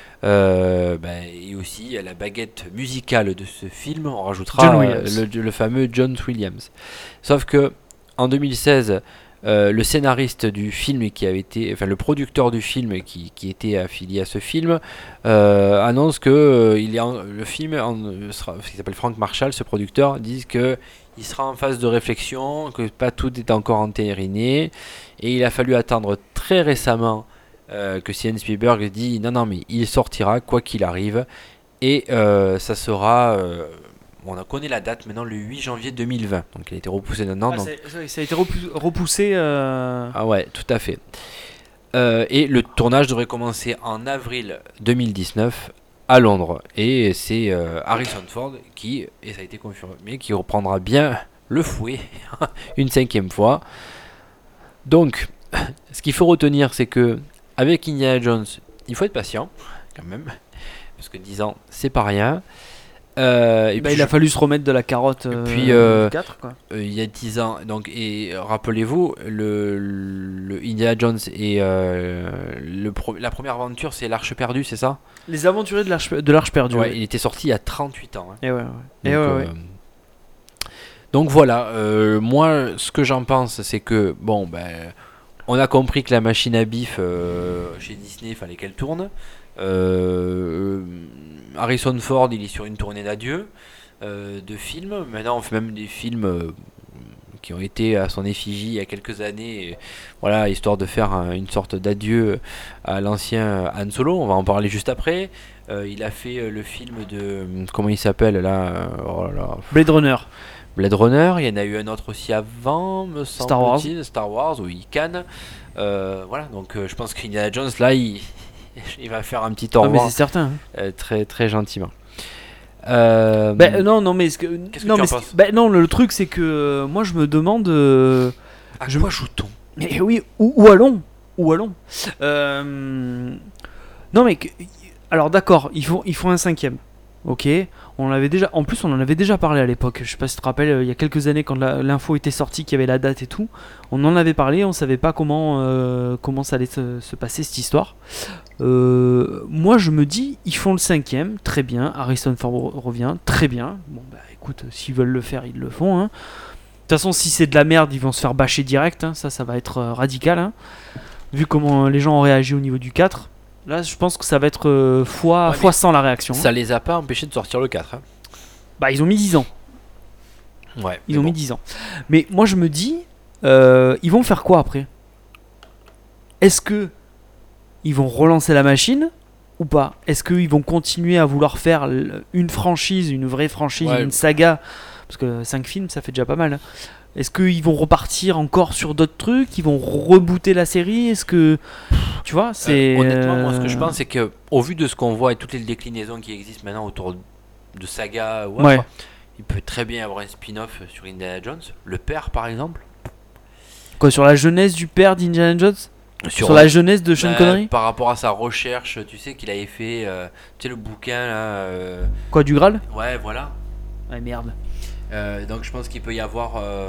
Euh, ben, et aussi à la baguette musicale de ce film, on rajoutera John Williams. euh, le, le fameux John Williams. Sauf que en deux mille seize, euh, le scénariste du film qui avait été, enfin le producteur du film qui, qui était affilié à ce film, euh, annonce que euh, il est en- le film, en, sera, qui s'appelle Frank Marshall, ce producteur, dit que il sera en phase de réflexion, que pas tout est encore entériné, et il a fallu attendre très récemment euh, que Steven Spielberg dit non non mais il sortira quoi qu'il arrive, et euh, ça sera euh, on a connaît la date maintenant, le huit janvier deux mille vingt, donc il a été repoussé d'un an. Ah, donc- ça, ça a été repou- repoussé. euh, ah ouais, tout à fait. Euh, et le tournage devrait commencer en avril deux mille dix-neuf à Londres. Et c'est euh, Harrison Ford qui, et ça a été confirmé, qui reprendra bien le fouet une cinquième fois. Donc, ce qu'il faut retenir, c'est que avec Indiana Jones, il faut être patient quand même, parce que dix ans, c'est pas rien. Euh, et bah, puis il a je- fallu se remettre de la carotte. euh, puis, euh, du quatre, quoi. euh, il y a dix ans, donc, et euh, rappelez-vous, le, le Indiana Jones et euh, le pro- la première aventure, c'est l'Arche perdue, c'est ça? Les aventuriers de l'Arche, de l'Arche perdue. Ouais, ouais. il était sorti il y a trente-huit ans. hein. Et ouais, ouais. Et Donc, ouais, euh, ouais. donc voilà, euh, moi, ce que j'en pense, c'est que, bon, ben, on a compris que la machine à bif euh, chez Disney, il fallait qu'elle tourne. Euh, Harrison Ford, il est sur une tournée d'adieu euh, de films. Maintenant, on fait même des films euh, qui ont été à son effigie il y a quelques années, et voilà, histoire de faire un- une sorte d'adieu à l'ancien Han Solo. On va en parler juste après. Euh, il a fait euh, le film de comment il s'appelle là, euh, oh là là, Blade Runner. Blade Runner. Il y en a eu un autre aussi avant, me Star Wars. semble-t-il, Star Wars, où il canne. Euh, voilà, donc euh, je pense qu'Indiana Jones là, il, il va faire un petit au Ah, mais revoir c'est certain. hein. euh, très très gentiment. Euh, Ben, non, non, mais, ce que, Qu'est-ce que non, tu en mais ce- penses ben, non, le truc c'est que euh, moi je me demande. euh, à je- quoi joue-t-on? Mais oui, où, où allons Où allons Euh, Non, mais que- alors d'accord, ils font, ils font un cinquième. Ok, on l'avait déjà. En plus, on en avait déjà parlé à l'époque. Je sais pas si tu te rappelles, euh, il y a quelques années quand la- l'info était sortie, qu'il y avait la date et tout. On en avait parlé, on savait pas comment euh, comment ça allait se, se passer cette histoire. Euh, moi, je me dis, ils font le cinquième, très bien. Harrison Ford re- revient, très bien. Bon, bah écoute, s'ils veulent le faire, ils le font. hein. De toute façon, si c'est de la merde, ils vont se faire bâcher direct. hein. Ça, ça va être euh, radical. hein. Vu comment les gens ont réagi au niveau du quatre. Là, je pense que ça va être euh, fois, Ouais, fois mais cent la réaction. hein. Ça les a pas empêchés de sortir le quatre. hein. Bah, ils ont mis dix ans. Ouais, Ils mais ont bon. mis dix ans. Mais moi, je me dis, euh, ils vont faire quoi après? Est-ce que ils vont relancer la machine ou pas? Est-ce qu'ils vont continuer à vouloir faire l- une franchise, une vraie franchise, Ouais. une saga? Parce que cinq films, ça fait déjà pas mal. hein. Est-ce qu'ils vont repartir encore sur d'autres trucs? Ils vont rebooter la série? Est-ce que. Tu vois, c'est. Euh, honnêtement, moi, ce que je euh, pense, c'est que au vu de ce qu'on voit et toutes les déclinaisons qui existent maintenant autour de saga, ou Ouais. autre, il peut très bien y avoir un spin-off sur Indiana Jones, le père par exemple. Quoi, sur la jeunesse du père d'Indiana Jones? Sur, la jeunesse de Sean bah, Connery? par rapport à sa recherche, tu sais qu'il avait fait, euh, tu sais le bouquin là. euh, Quoi, du Graal? Ouais, voilà. Ah merde. Euh, donc je pense qu'il peut y avoir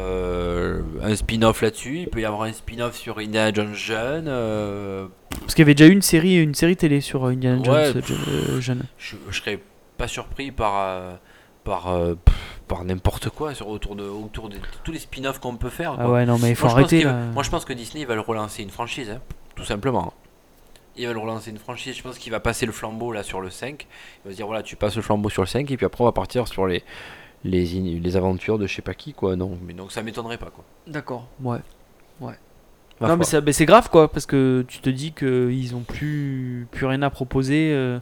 euh, un spin-off là-dessus. Il peut y avoir un spin-off sur Indiana Jones jeune. euh, Parce qu'il y avait déjà eu une série, une série télé sur euh, Indiana Jones Ouais, euh, pff. je- euh, jeune. je, je serais pas surpris par euh, par euh, pff, par n'importe quoi sur autour de autour de tous les spin-offs qu'on peut faire. Ah quoi. ouais, non, mais il faut Moi, je pense arrêter qu'il va- là. moi je pense que Disney va le relancer une franchise, hein, tout simplement. Ils veulent relancer une franchise. Je pense qu'il va passer le flambeau là sur le cinq. Il va se dire voilà, tu passes le flambeau sur le cinq et puis après on va partir sur les les, in- les aventures de je sais pas qui quoi. Non, mais donc ça m'étonnerait pas quoi. D'accord, ouais. Ma non, foi. mais, ça- mais c'est grave quoi, parce que tu te dis qu'ils ont plus, plus rien à proposer. euh,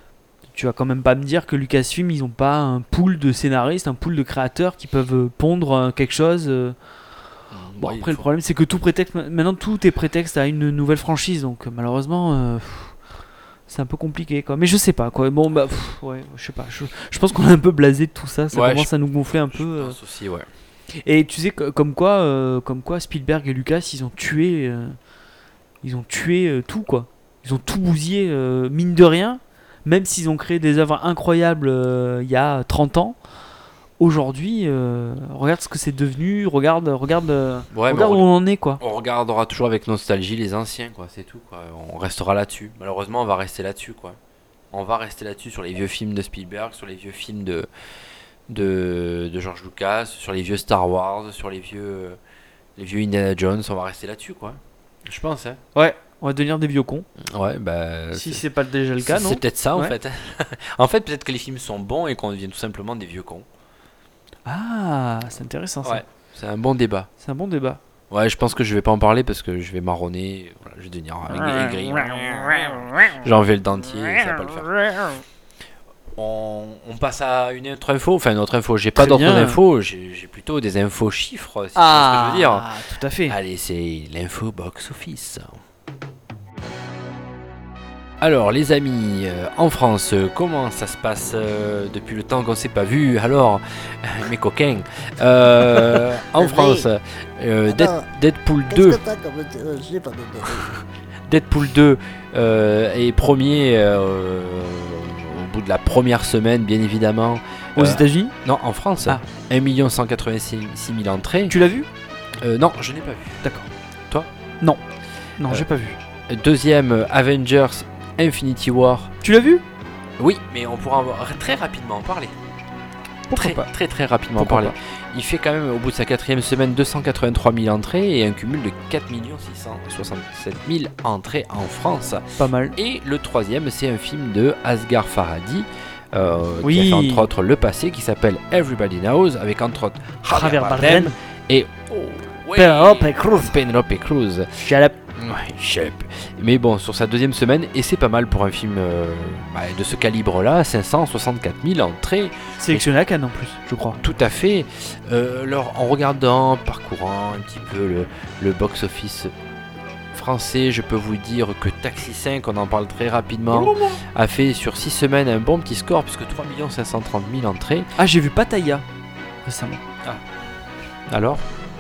tu vas quand même pas me dire que Lucasfilm, ils ont pas un pool de scénaristes, un pool de créateurs qui peuvent euh, pondre euh, quelque chose. euh. Bon, Ouais, il après, le faut- problème, c'est que tout prétexte, maintenant tout est prétexte à une nouvelle franchise, donc euh, malheureusement, euh, pff, c'est un peu compliqué quoi. Mais je sais pas quoi. Bon, bah, pff, ouais, je sais pas. Je, je pense qu'on est un peu blasé de tout ça. Ça Ouais, commence je- à nous gonfler un Je peu. euh. pense aussi, ouais. Et tu sais, co- comme quoi, euh, comme quoi Spielberg et Lucas, ils ont tué, euh, ils ont tué euh, tout quoi. Ils ont tout bousillé, euh, mine de rien. Même s'ils ont créé des œuvres incroyables euh, il y a trente ans, aujourd'hui, euh, regarde ce que c'est devenu. Regarde, regarde, euh, Ouais, mais regarde où on, on en est quoi. on regardera toujours avec nostalgie les anciens, quoi. C'est tout, quoi. On restera là-dessus. Malheureusement, on va rester là-dessus, quoi. On va rester là-dessus sur les vieux films de Spielberg, sur les vieux films de de, de George Lucas, sur les vieux Star Wars, sur les vieux les vieux Indiana Jones. On va rester là-dessus, quoi. Je pense, hein. Ouais, on va devenir des vieux cons. Ouais, bah. Si c'est- c'est pas déjà le cas, c'est non? c'est peut-être ça, en Ouais. fait. En fait, peut-être que les films sont bons et qu'on devient tout simplement des vieux cons. Ah, c'est intéressant ça. Ouais. C'est un bon débat. C'est un bon débat. Ouais, je pense que je vais pas en parler parce que je vais marronner. Voilà, je vais devenir aigri. aigri. J'ai enlevé le dentier, ça va pas le faire. On, on passe à une autre info. Enfin, une autre info. J'ai pas Très d'autres bien. infos. J'ai j'ai plutôt des infos chiffres, si tu vois ce que je veux dire. Ah, tout à fait. Allez, c'est l'info box-office. Alors, les amis, euh, en France, euh, comment ça se passe euh, depuis le temps qu'on s'est pas vu? Alors, mes coquins, euh, en Oui. France, euh, Dead- Alors, Deadpool Qu'est-ce deux, que t'as comme interrogé par des Deadpool deux euh, est premier euh, au bout de la première semaine, bien évidemment. Aux Euh, États-Unis? Non, en France, Ah. un million cent quatre-vingt-six mille entrées. Tu l'as vu? Euh, non, je n'ai pas vu. D'accord. Toi? Non. Non, Euh, j'ai pas vu. Deuxième, euh, Avengers Infinity War. Tu l'as vu? Oui, mais on pourra en- très rapidement en parler. Pourquoi très, pas? très très rapidement Pourquoi en parler. Il fait quand même au bout de sa quatrième semaine deux cent quatre-vingt-trois mille entrées et un cumul de quatre millions six cent soixante-sept mille entrées en France. Pas mal. Et le troisième, c'est un film de Asghar Farhadi, euh, Oui. qui a fait entre autres Le Passé, qui s'appelle Everybody Knows, avec entre autres Javier Javier Bardem. Bardem et oh, ouais, Penelope Cruz. Penelope Cruz. Shut up. Ouais, chep. Mais bon, sur sa deuxième semaine, et c'est pas mal pour un film euh, bah, de ce calibre-là, cinq cent soixante-quatre mille entrées, Sélectionné à Cannes en plus, je crois. tout à fait. Euh, alors, en regardant, parcourant un petit peu le, le box-office français, je peux vous dire que Taxi cinq, on en parle très rapidement, a fait sur six semaines un bon petit score, puisque trois millions cinq cent trente mille entrées. Ah, j'ai vu Pattaya récemment. Alors,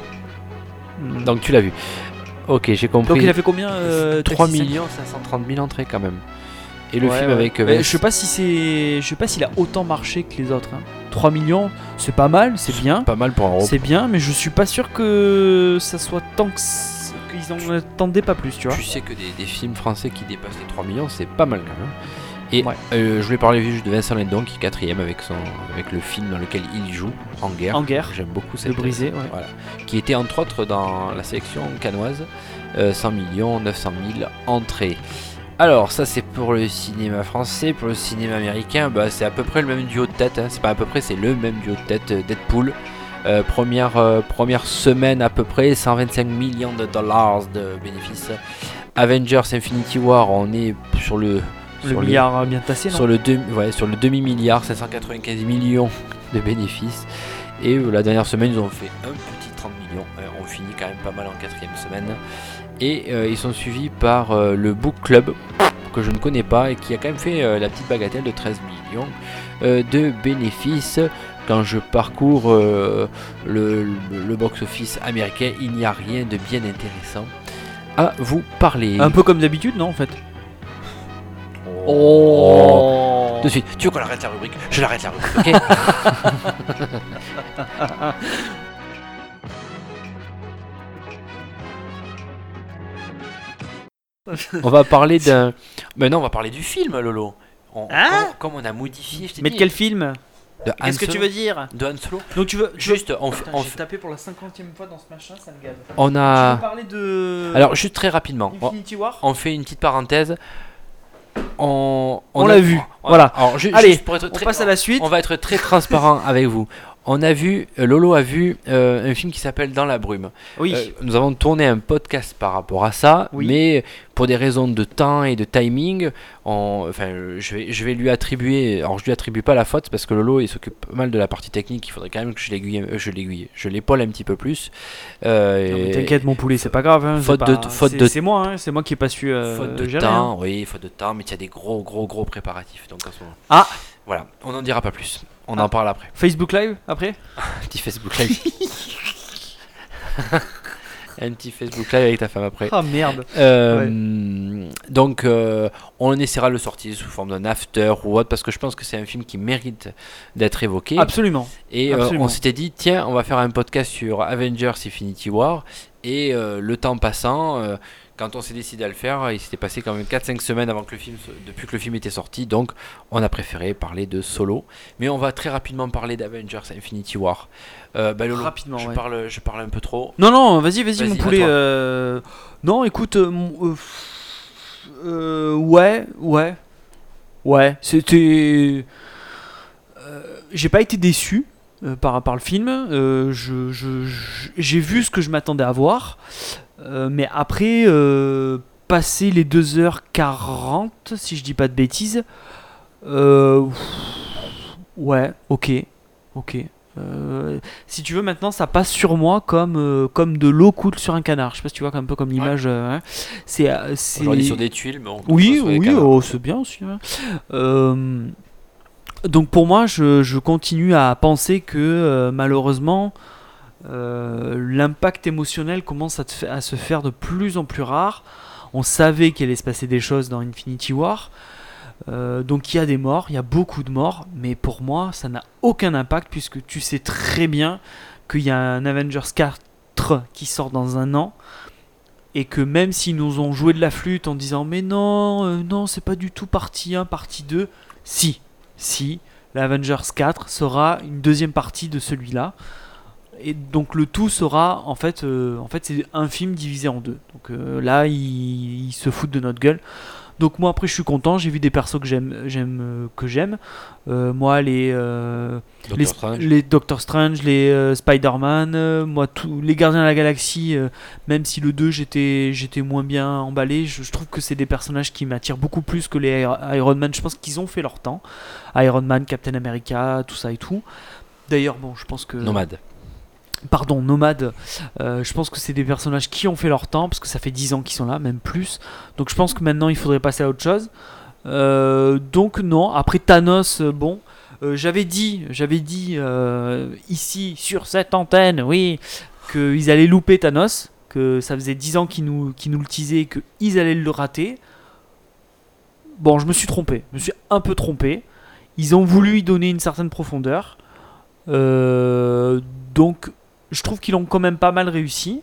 Hmm. donc tu l'as vu. Ok, j'ai compris. Donc il a fait combien euh, trois Taxi cinq? millions cinq cent trente mille entrées quand même. Et le Ouais, film ouais. avec... euh, Mais Vince- je sais pas si c'est, je sais pas s'il a autant marché que les autres. hein. trois millions, c'est pas mal, c'est bien, Pas mal pour un c'est bien, mais je suis pas sûr que ça soit tant que c- qu'ils en attendaient pas plus, tu vois. Tu sais que des, des films français qui dépassent les trois millions, c'est pas mal quand même. Et Ouais. euh, je voulais parler juste de Vincent Lindon qui est quatrième avec, son, avec le film dans lequel il joue, En guerre. En guerre, J'aime beaucoup de cette briser, ouais. Voilà. Qui était entre autres dans la sélection cannoise, euh, cent millions neuf cent mille entrées. Alors ça c'est pour le cinéma français. Pour le cinéma américain, bah, c'est à peu près le même duo de tête, hein. C'est pas à peu près, c'est le même duo de tête, euh, Deadpool. Euh, première, euh, première semaine à peu près, cent vingt-cinq millions de dollars de bénéfices. Avengers Infinity War, on est sur le Le sur milliard euh, bien tassé, non sur le, deux- ouais, sur le demi-milliard, cinq cent quatre-vingt-quinze millions de bénéfices. Et euh, la dernière semaine, ils ont fait un petit trente millions. Euh, on finit quand même pas mal en quatrième semaine. Et euh, ils sont suivis par euh, le Book Club, que je ne connais pas, et qui a quand même fait euh, la petite bagatelle de treize millions euh, de bénéfices. Quand je parcours euh, le, le, le box-office américain, il n'y a rien de bien intéressant à vous parler. Un peu comme d'habitude, non, en fait. Oh. De suite. Tu veux qu'on arrête la rubrique? Je l'arrête la rubrique, ok? On va parler d'un... Maintenant, on va parler du film, Lolo. On, Hein on- comme on a modifié, je t'ai Mais de dit, quel film de Han Qu'est-ce que tu Solo- veux dire De Han Solo. Donc tu veux... tu veux- Juste, on, fait- Putain, on, j'ai fait- tapé pour la cinquantième fois dans ce machin, ça me gave. on Tu a... veux parler de... Alors, juste très rapidement, on, Infinity War on fait une petite parenthèse. On, On a- l'a vu, on- voilà. Alors, ju- Allez, juste pour être On très- passe à la suite. On va être très transparent avec vous. On a vu, euh, Lolo a vu euh, un film qui s'appelle Dans la brume. Oui. Euh, nous avons tourné un podcast par rapport à ça, Oui. mais pour des raisons de temps et de timing, on, enfin, euh, je vais, je vais lui attribuer. Alors, je lui attribue pas la faute parce que Lolo il s'occupe pas mal de la partie technique. Il faudrait quand même que je l'aiguille, euh, je l'aiguille, je l'épaule un petit peu plus. Euh, Non, mais et- T'inquiète mon poulet, c'est pas grave. Hein, Faute c'est de- pas- faute c'est- de- C'est moi, hein, c'est moi qui ai pas su euh, Faute de gérer, temps, hein. oui, faute de temps, mais il y a des gros, gros, gros préparatifs. Donc à ce moment. Ah. Voilà, on n'en dira pas plus. On Ah. en parle après. Facebook Live après Un petit Facebook Live. Un petit Facebook Live avec ta femme après. Ah merde. Euh, Donc, euh, on essaiera de le sortir sous forme d'un after ou autre parce que je pense que c'est un film qui mérite d'être évoqué. Absolument. Et euh, absolument. on s'était dit, tiens, on va faire un podcast sur Avengers Infinity War. Et euh, le temps passant, euh, quand on s'est décidé à le faire, il s'était passé quand même quatre cinq semaines avant que le film, se- depuis que le film était sorti. Donc, on a préféré parler de Solo. Mais on va très rapidement parler d'Avengers Infinity War. Euh, bah, Lolo, Rapidement, je, ouais. parle, je parle un peu trop. Non, non, vas-y, vas-y, Vas-y, mon à poulet. toi. euh, Non, écoute, euh, mon- euh, euh, ouais, ouais, ouais, c'était. euh, J'ai pas été déçu euh, par, par le film. Euh, je, je- je- j'ai vu ce que je m'attendais à voir. Euh, mais après, euh, passer les deux heures quarante, si je dis pas de bêtises, euh, ouais, ok, ok. Euh, si tu veux, maintenant ça passe sur moi comme, euh, comme de l'eau coule sur un canard. Je sais pas si tu vois un peu comme l'image. euh, hein. C'est, euh, c'est... Aujourd'hui sur des tuiles, mais on Oui, sur les oui, canards. oh, c'est bien aussi. hein. Euh, donc pour moi, je, je continue à penser que euh, malheureusement, euh, l'impact émotionnel commence à, te fa- à se faire de plus en plus rare. On savait qu'il allait se passer des choses dans Infinity War. Euh, donc il y a des morts, il y a beaucoup de morts, mais pour moi ça n'a aucun impact puisque tu sais très bien qu'il y a un Avengers quatre qui sort dans un an et que même s'ils nous ont joué de la flûte en disant mais non, euh, non c'est pas du tout partie un, partie deux, si, si, l'Avengers quatre sera une deuxième partie de celui-là. Et donc le tout sera en fait, euh, en fait c'est un film divisé en deux. Donc euh, là ils, ils se foutent de notre gueule. Donc moi après je suis content, j'ai vu des persos que j'aime, j'aime euh, que j'aime. Euh, moi les, euh, Doctor les, Strange. les Doctor Strange, les euh, Spider-Man, euh, moi tous les Gardiens de la Galaxie, euh, même si le deux j'étais j'étais moins bien emballé, je, je trouve que c'est des personnages qui m'attirent beaucoup plus que les Iro- Iron Man. Je pense qu'ils ont fait leur temps. Iron Man, Captain America, tout ça et tout. D'ailleurs bon, je pense que Nomade. Pardon, Nomade, euh, je pense que c'est des personnages qui ont fait leur temps, parce que ça fait dix ans qu'ils sont là, même plus. Donc je pense que maintenant il faudrait passer à autre chose. Euh, donc non, après Thanos, euh, bon, euh, j'avais dit, j'avais dit euh, ici, sur cette antenne, oui, qu'ils allaient louper Thanos, que ça faisait dix ans qu'ils nous, qu'ils nous le teasaient, qu'ils allaient le rater. Bon, je me suis trompé, je me suis un peu trompé. Ils ont voulu y donner une certaine profondeur. Euh, donc je trouve qu'ils l'ont quand même pas mal réussi.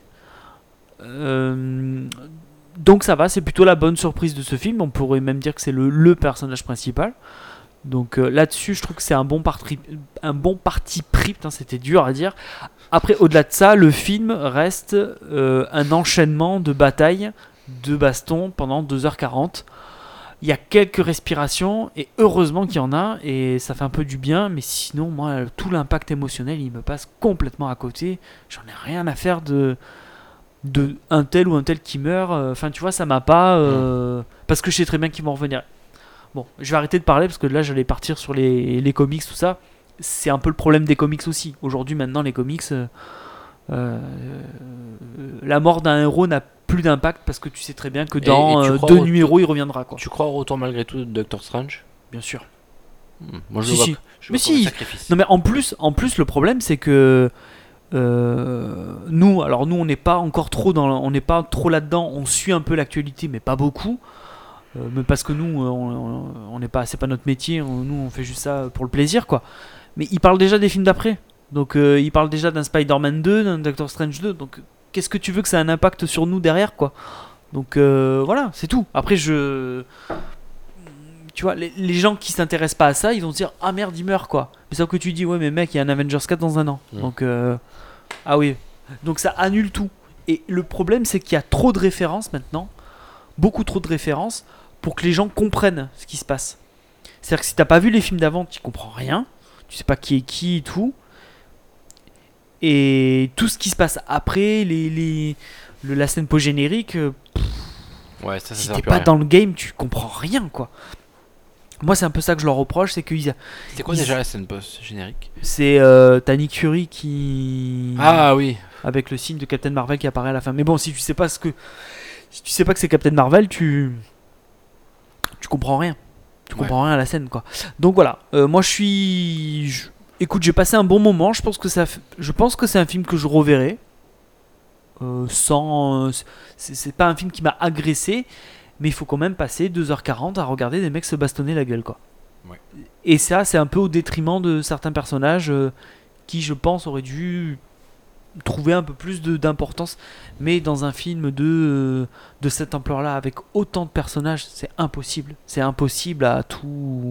Euh, donc ça va, c'est plutôt la bonne surprise de ce film. On pourrait même dire que c'est le, le personnage principal. Donc euh, là-dessus, je trouve que c'est un bon parti, un bon parti pris. Putain, c'était dur à dire. Après, au-delà de ça, le film reste euh, un enchaînement de batailles, de bastons pendant deux heures quarante. Il y a quelques respirations et heureusement qu'il y en a et ça fait un peu du bien, mais sinon moi tout l'impact émotionnel il me passe complètement à côté. J'en ai rien à faire de de un tel ou un tel qui meurt. Enfin tu vois, ça m'a pas euh, parce que je sais très bien qu'ils vont revenir. Bon, je vais arrêter de parler parce que là j'allais partir sur les, les comics, tout ça. C'est un peu le problème des comics aussi. Aujourd'hui, maintenant, les comics, euh, euh, la mort d'un héros n'a plus d'impact parce que tu sais très bien que dans Et- et tu euh, crois deux au- numéros il reviendra, quoi. Tu crois au retour malgré tout de Doctor Strange? Bien sûr. Hmm, Moi je Si, le vois, si. que- je Mais vois comme un si. sacrifice. Non mais en plus, en plus le problème c'est que euh, nous, alors nous on n'est pas encore trop dans, on n'est pas trop là-dedans. On suit un peu l'actualité, mais pas beaucoup. Euh, mais parce que nous, euh, on on- on n'est pas, c'est pas notre métier. on- nous, on fait juste ça pour le plaisir, quoi. Mais ils parlent déjà des films d'après. Donc euh, ils parlent déjà d'un Spider-Man deux, d'un Doctor Strange deux. Donc qu'est-ce que tu veux que ça ait un impact sur nous derrière, quoi. Donc euh, voilà, c'est tout. Après je, tu vois, les, les gens qui s'intéressent pas à ça, ils vont se dire ah merde, il meurt, quoi. Mais sauf que tu dis ouais mais mec, il y a un Avengers quatre dans un an. Mm. Donc euh, ah oui, donc ça annule tout. Et le problème c'est qu'il y a trop de références maintenant, beaucoup trop de références pour que les gens comprennent ce qui se passe. C'est-à-dire que si t'as pas vu les films d'avant, tu comprends rien, tu sais pas qui est qui et tout. Et tout ce qui se passe après, les, les, le, la scène post-générique, euh, Ouais, ça, ça si sert t'es plus à pas rien. dans le game, tu comprends rien, quoi. Moi, c'est un peu ça que je leur reproche, c'est que ils- C'était quoi ils- déjà la scène post générique? c'est euh, t'as Nick Fury qui Ah oui. avec le signe de Captain Marvel qui apparaît à la fin. Mais bon, si tu sais pas ce que, si tu sais pas que c'est Captain Marvel, tu tu comprends rien. Tu Ouais. comprends rien à la scène, quoi. Donc voilà. Euh, moi, je suis. je- Écoute, j'ai passé un bon moment. Je pense que ça. f- Je pense que c'est un film que je reverrai. Euh, sans. C'est c'est pas un film qui m'a agressé, mais il faut quand même passer deux heures quarante à regarder des mecs se bastonner la gueule, quoi. Ouais. Et ça, c'est un peu au détriment de certains personnages euh, qui, je pense, auraient dû trouver un peu plus de- d'importance. Mais dans un film de, euh, de cette ampleur-là, avec autant de personnages, c'est impossible. C'est impossible à tout.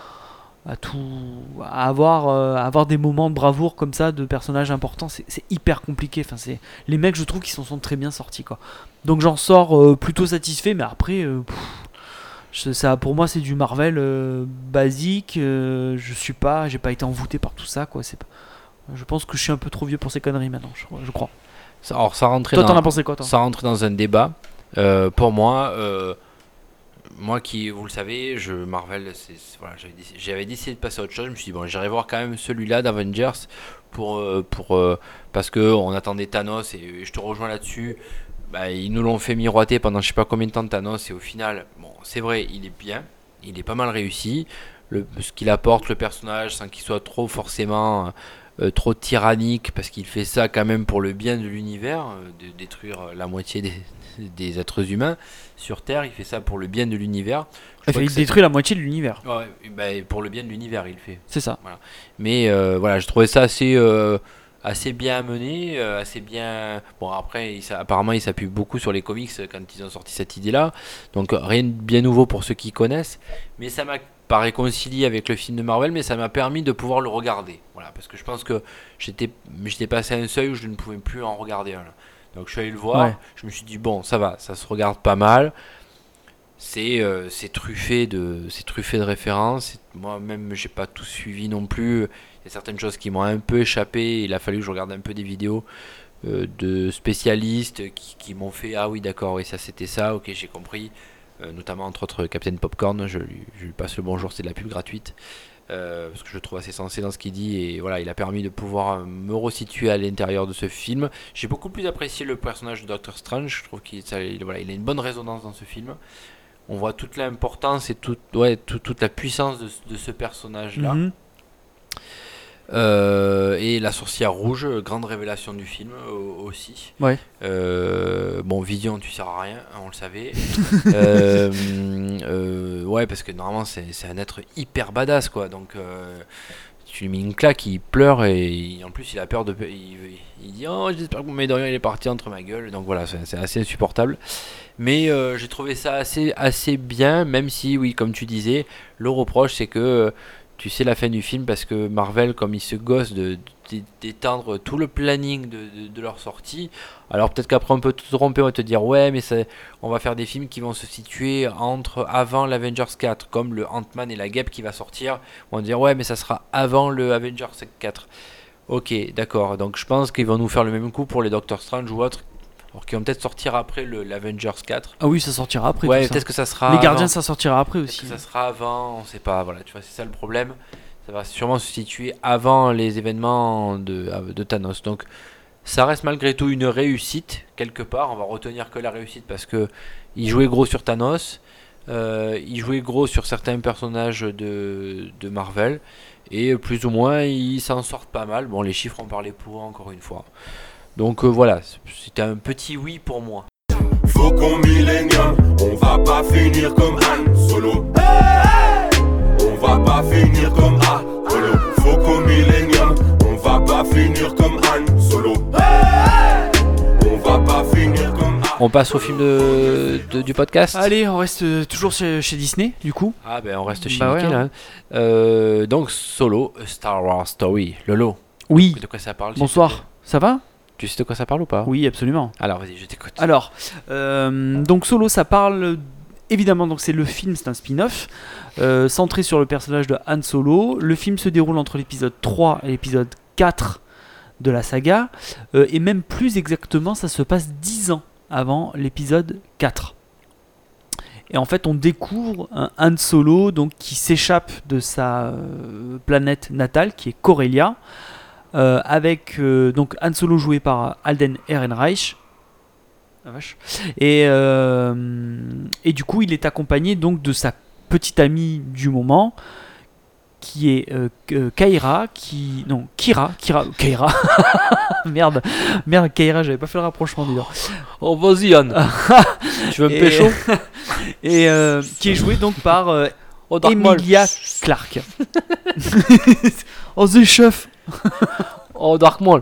À tout. À avoir, euh, à avoir des moments de bravoure comme ça de personnages importants. C'est c'est hyper compliqué. Enfin, c'est, les mecs, je trouve qu'ils s'en sont très bien sortis, quoi. Donc j'en sors euh, plutôt satisfait, mais après. euh, pff, je- ça, pour moi, c'est du Marvel euh, basique. euh, je suis pas, j'ai pas été envoûté par tout ça, quoi. C'est pas- je pense que je suis un peu trop vieux pour ces conneries maintenant, je, je crois. Ça- Alors ça rentrait Toi, dans, t'en as pensé quoi, toi? ça rentrait dans un débat. Euh, pour moi, euh, moi qui, vous le savez, je Marvel, c'est, c'est- voilà, j'avais, décidé, j'avais décidé de passer à autre chose. Je me suis dit bon, j'irai voir quand même celui-là d'Avengers pour, euh, pour euh, parce que on attendait Thanos et, et je te rejoins là-dessus. Bah, ils nous l'ont fait miroiter pendant je sais pas combien de temps Thanos et au final, bon, c'est vrai, il est bien, il est pas mal réussi. Le, ce qu'il apporte le personnage sans qu'il soit trop forcément euh, trop tyrannique parce qu'il fait ça quand même pour le bien de l'univers, euh, de détruire euh, la moitié des, des êtres humains sur Terre, il fait ça pour le bien de l'univers. Je Enfin, crois il que c'est- détruit la moitié de l'univers. Ouais, bah, pour le bien de l'univers il le fait. C'est ça. Mais euh, voilà, je trouvais ça assez, euh, assez bien amené, euh, assez bien. Bon, après, il s'a- apparemment, il s'appuie beaucoup sur les comics quand ils ont sorti cette idée-là. Donc, euh, rien de bien nouveau pour ceux qui connaissent. Mais ça m'a pas réconcilié avec le film de Marvel, mais ça m'a permis de pouvoir le regarder. Voilà, parce que je pense que j'étais, j'étais passé à un seuil où je ne pouvais plus en regarder un. là. Donc, je suis allé le voir. Ouais. Je me suis dit, bon, ça va, ça se regarde pas mal. C'est euh, c'est truffé de c'est truffé de références. Moi-même, j'ai pas tout suivi non plus. Il y a certaines choses qui m'ont un peu échappé. Il a fallu que je regarde un peu des vidéos euh, de spécialistes qui, qui m'ont fait ah oui d'accord, oui ça c'était ça. Ok, j'ai compris. Euh, notamment entre autres Captain Popcorn. Je lui, je lui passe le bonjour. C'est de la pub gratuite euh, parce que je le trouve assez sensé dans ce qu'il dit et voilà, il a permis de pouvoir euh, me resituer à l'intérieur de ce film. J'ai beaucoup plus apprécié le personnage de Doctor Strange. Je trouve qu'il ça, il, voilà, il a une bonne résonance dans ce film. On voit toute l'importance et toute, ouais, tout- toute la puissance de, de ce personnage-là. Mhm. Euh, et la sorcière rouge, grande révélation du film euh, aussi. Ouais. Euh, bon, Vision, tu sers à rien, hein, on le savait. euh, euh, ouais, parce que normalement, c'est, c'est un être hyper badass, quoi. Donc, euh, tu lui mets une claque, il pleure et il- en plus, il a peur de. Il, il dit oh, j'espère que mon médaillon il est parti entre ma gueule. Donc voilà, c'est, c'est assez insupportable. Mais euh, j'ai trouvé ça assez, assez bien, même si, oui, comme tu disais, le reproche, c'est que euh, tu sais la fin du film, parce que Marvel, comme ils se gossent de, de- d'étendre tout le planning de, de, de leur sortie, alors peut-être qu'après on peut te tromper, on va te dire, ouais, mais ça, on va faire des films qui vont se situer entre avant l'Avengers quatre, comme le Ant-Man et la Guêpe qui va sortir, on va dire, ouais, mais ça sera avant le Avengers quatre. Ok, d'accord, donc je pense qu'ils vont nous faire le même coup pour les Doctor Strange ou autres. alors qui vont peut-être sortir après le, l'Avengers quatre. Ah oui, ça sortira après. Ouais, tout ça. peut-être que ça sera. Les Gardiens, avant. ça sortira après Peut-être aussi. que ça sera avant, on sait pas, voilà, tu vois, c'est ça le problème. Ça va sûrement se situer avant les événements de, de Thanos. Donc ça reste malgré tout une réussite, quelque part. On va retenir que la réussite parce que il jouait gros sur Thanos, euh, il jouait gros sur certains personnages de, de Marvel, et plus ou moins ils s'en sortent pas mal. Bon, les chiffres en parlaient pour eux, encore une fois. Donc euh, voilà, c'était un petit oui pour moi. Faucon Millennium, on va pas finir comme Han Solo. On va pas finir comme Apollo. Faucon Millennium, on va pas finir comme Han Solo. On va pas finir comme Apollo. On passe au film de, de- du podcast. Allez, on reste euh, toujours chez, chez Disney, du coup. Ah ben on reste chez Bah ouais, Mickey là. hein. hein. Euh, donc Solo, A Star Wars Story. Lolo, Oui. de quoi ça parle s'il te Bonsoir. plaît Ça va? Tu sais de quoi ça parle ou pas? Oui, absolument. Alors vas-y, je t'écoute. Alors, euh, donc Solo, ça parle évidemment, donc c'est le film, c'est un spin-off euh, centré sur le personnage de Han Solo. Le film se déroule entre l'épisode trois et l'épisode quatre de la saga, euh, et même plus exactement, ça se passe dix ans avant l'épisode quatre. Et en fait, on découvre un Han Solo donc, qui s'échappe de sa euh, planète natale, qui est Corellia, euh, avec euh, donc Han Solo joué par Alden Ehrenreich. La vache. Et, euh, et du coup, il est accompagné donc de sa petite amie du moment, qui est euh, euh, Kaira, qui non Kira, Kira, Kaira. merde, merde, Kaira, j'avais pas fait le rapprochement d'ailleurs. Oh vas-y Yann. Tu veux me Et- pécho? Et euh, qui est joué donc par euh, Oh Dark Maul. Emilia Clarke. Oh the chef. Oh Dark Maul.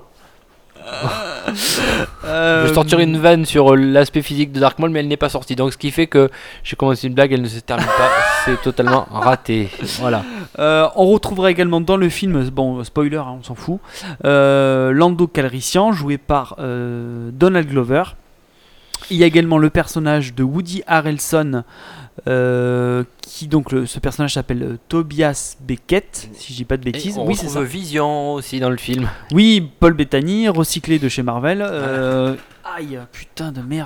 Je vais sortir une vanne sur euh, l'aspect physique de Dark Maul, mais elle n'est pas sortie. Donc ce qui fait que j'ai commencé une blague, elle ne se termine pas. C'est totalement raté. Voilà. Euh, on retrouvera également dans le film, bon spoiler, hein, on s'en fout, euh, Lando Calrissian joué par euh, Donald Glover. Il y a également le personnage de Woody Harrelson, euh, qui donc le- ce personnage s'appelle euh, Tobias Beckett, si je dis pas de Et bêtises. on Oui, c'est retrouve ça. Vision aussi dans le film. Oui, Paul Bettany, recyclé de chez Marvel. euh, Aïe, putain de merde.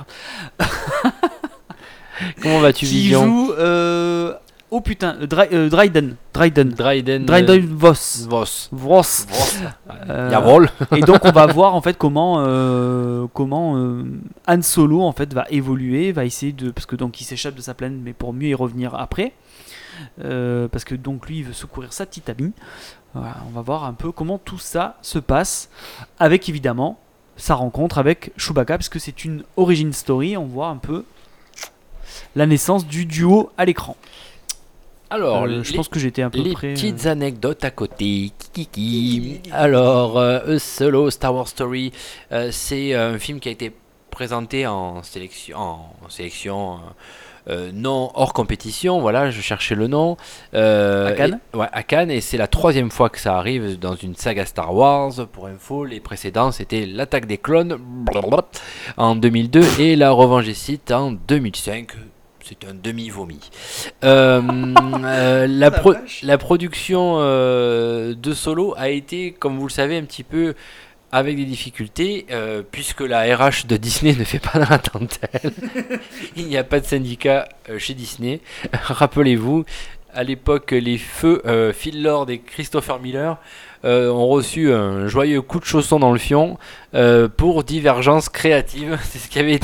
Comment vas-tu Qui Vision? joue euh, oh putain, euh, Dry- euh, Dryden, Dryden, Dryden. Dryden Voss. Voss. Voss. Euh, Jawohl. Et donc on va voir en fait comment euh, comment euh, Han Solo en fait va évoluer, va essayer de parce que donc il s'échappe de sa planète mais pour mieux y revenir après. Euh, parce que donc lui il veut secourir sa petite amie. Voilà, on va voir un peu comment tout ça se passe avec évidemment sa rencontre avec Chewbacca parce que c'est une origin story, on voit un peu la naissance du duo à l'écran. Alors, Euh, je les- pense que j'étais un peu Les près. euh, petites anecdotes à côté. Kiki. Alors, euh, A Solo, Star Wars Story, euh, c'est un film qui a été présenté en sélection, en sélection euh, euh, non hors compétition. Voilà, je cherchais le nom. Euh, À Cannes et- Ouais, à Cannes, et c'est la troisième fois que ça arrive dans une saga Star Wars. Pour info, les précédents c'était l'Attaque des clones blablabla, en deux mille deux et La Revanche des Sith en deux mille cinq. C'est un demi-vomi. Euh, euh, la, pro- la production euh, de Solo a été, comme vous le savez, un petit peu avec des difficultés, euh, puisque la R H de Disney ne fait pas dans la dentelle. Il n'y a pas de syndicat euh, chez Disney. Rappelez-vous, à l'époque, les feux euh, Phil Lord et Christopher Miller euh, ont reçu un joyeux coup de chausson dans le fion euh, pour divergence créative. C'est ce qui avait été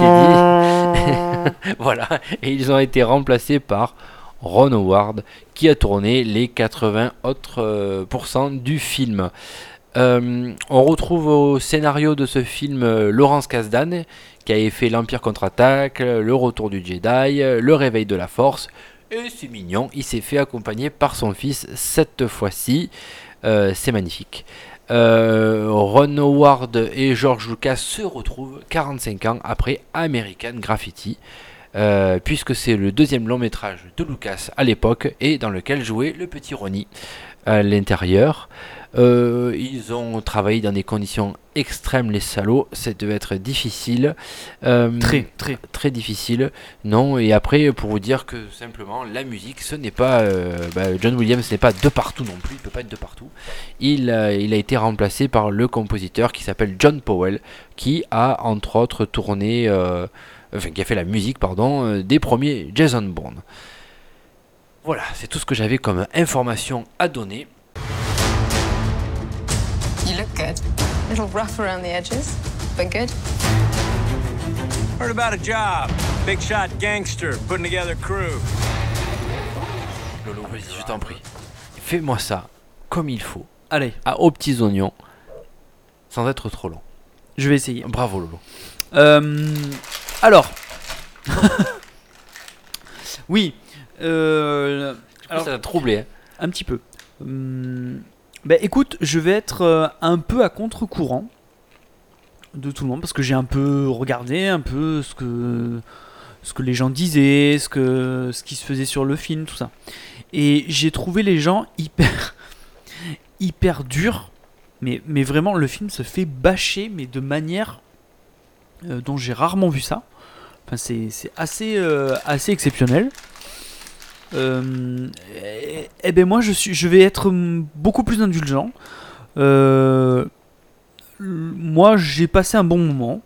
dit. Voilà, et ils ont été remplacés par Ron Howard qui a tourné les quatre-vingts autres euh, pourcents du film. Euh, on retrouve au scénario de ce film euh, Laurence Kasdan qui avait fait l'Empire contre-attaque, Le Retour du Jedi, Le Réveil de la Force. Et c'est mignon, il s'est fait accompagner par son fils cette fois-ci. Euh, c'est magnifique. Euh, Ron Howard et George Lucas se retrouvent quarante-cinq ans après American Graffiti. euh, puisque c'est le deuxième long métrage de Lucas à l'époque et dans lequel jouait le petit Ronnie à l'intérieur. Euh, ils ont travaillé dans des conditions extrêmes, les salauds. Ça devait être difficile. Euh, Très, très. Très difficile. Non, et après, pour vous dire que simplement, la musique, ce n'est pas. Euh, bah, John Williams n'est pas de partout non plus. Il peut pas être de partout. Il, euh, il a été remplacé par le compositeur qui s'appelle John Powell, qui a entre autres tourné. Euh, enfin, qui a fait la musique, pardon, euh, des premiers Jason Bourne. Voilà, c'est tout ce que j'avais comme information à donner. You look good. A little rough around the edges, but good. Heard about a job. Big shot gangster putting together a crew. Lolo, vas-y, je t'en prie. Fais-moi ça comme il faut, Allez, à aux petits oignons, sans être trop long. je vais essayer. Bravo Lolo. Euh, alors. oui. Euh, alors, Ça t'a troublé, hein. un petit peu. Hum, bah écoute, je vais être euh, un peu à contre-courant de tout le monde parce que j'ai un peu regardé un peu ce que ce que les gens disaient, ce que ce qui se faisait sur le film, tout ça. Et j'ai trouvé les gens hyper hyper durs, mais mais vraiment le film se fait bâcher mais de manière euh, dont j'ai rarement vu ça. Enfin c'est c'est assez euh, assez exceptionnel. Euh, et, et ben moi je suis, je vais être mm, beaucoup plus indulgent. Euh, moi j'ai passé un bon moment.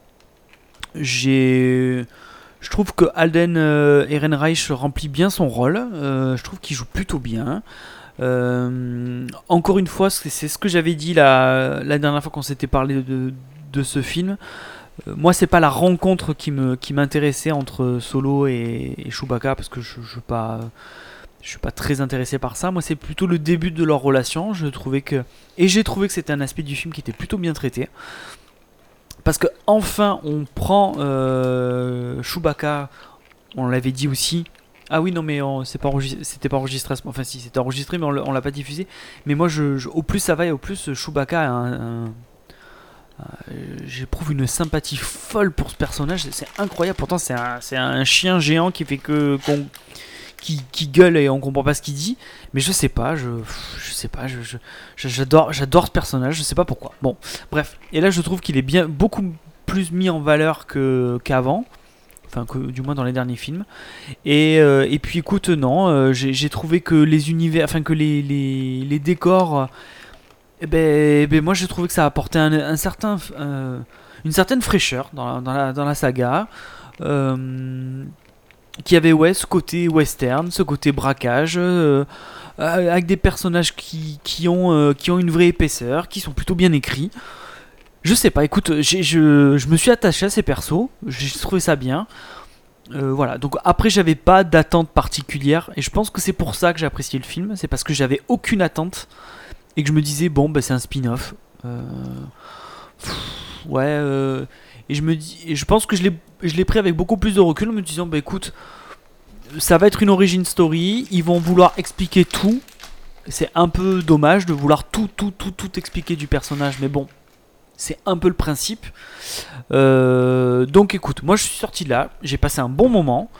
J'ai, je trouve que Alden euh, Ehrenreich remplit bien son rôle. Euh, je trouve qu'il joue plutôt bien. Euh, encore une fois, c'est, c'est ce que j'avais dit la, la dernière fois qu'on s'était parlé de, de ce film. Euh, moi, c'est pas la rencontre qui me qui m'intéressait entre Solo et, et Chewbacca parce que je, je pas je suis pas très intéressé par ça. Moi, c'est plutôt le début de leur relation. Je trouvais que et j'ai trouvé que c'était un aspect du film qui était plutôt bien traité parce que enfin on prend euh, Chewbacca. On l'avait dit aussi. Ah oui non mais on, c'est pas enregistré, c'était pas enregistré. Enfin si c'était enregistré mais on l'a, on l'a pas diffusé. Mais moi je, je, au plus ça va et au plus Chewbacca a un, un Euh, j'éprouve une sympathie folle pour ce personnage, c'est, c'est incroyable. Pourtant, c'est un, c'est un chien géant qui fait que qu'on, qui, qui gueule et on comprend pas ce qu'il dit. Mais je sais pas, je, je sais pas, je, je, j'adore, j'adore ce personnage. Je sais pas pourquoi. Bon, bref. Et là, je trouve qu'il est bien, beaucoup plus mis en valeur que qu'avant. Enfin, que, du moins dans les derniers films. Et, euh, et puis, écoute, non, euh, j'ai, j'ai trouvé que les univers, enfin que les, les, les décors. Euh, Eh ben, eh ben, moi j'ai trouvé que ça apportait un, un certain, euh, une certaine fraîcheur dans la, dans la, dans la saga, euh, qui avait ouais, ce côté western, ce côté braquage, euh, avec des personnages qui, qui, ont, euh, qui ont une vraie épaisseur, qui sont plutôt bien écrits. Je sais pas, écoute, j'ai, je, je me suis attaché à ces persos, j'ai trouvé ça bien. Euh, voilà, donc après j'avais pas d'attente particulière, et je pense que c'est pour ça que j'ai apprécié le film, c'est parce que j'avais aucune attente. Et que je me disais, bon, bah, c'est un spin-off. Euh, pff, ouais. Euh, et je me dis, et je pense que je l'ai, je l'ai pris avec beaucoup plus de recul en me disant, bah écoute, ça va être une origin story. Ils vont vouloir expliquer tout. C'est un peu dommage de vouloir tout, tout, tout, tout expliquer du personnage. Mais bon, c'est un peu le principe. Euh, donc écoute, moi je suis sorti de là. J'ai passé un bon moment.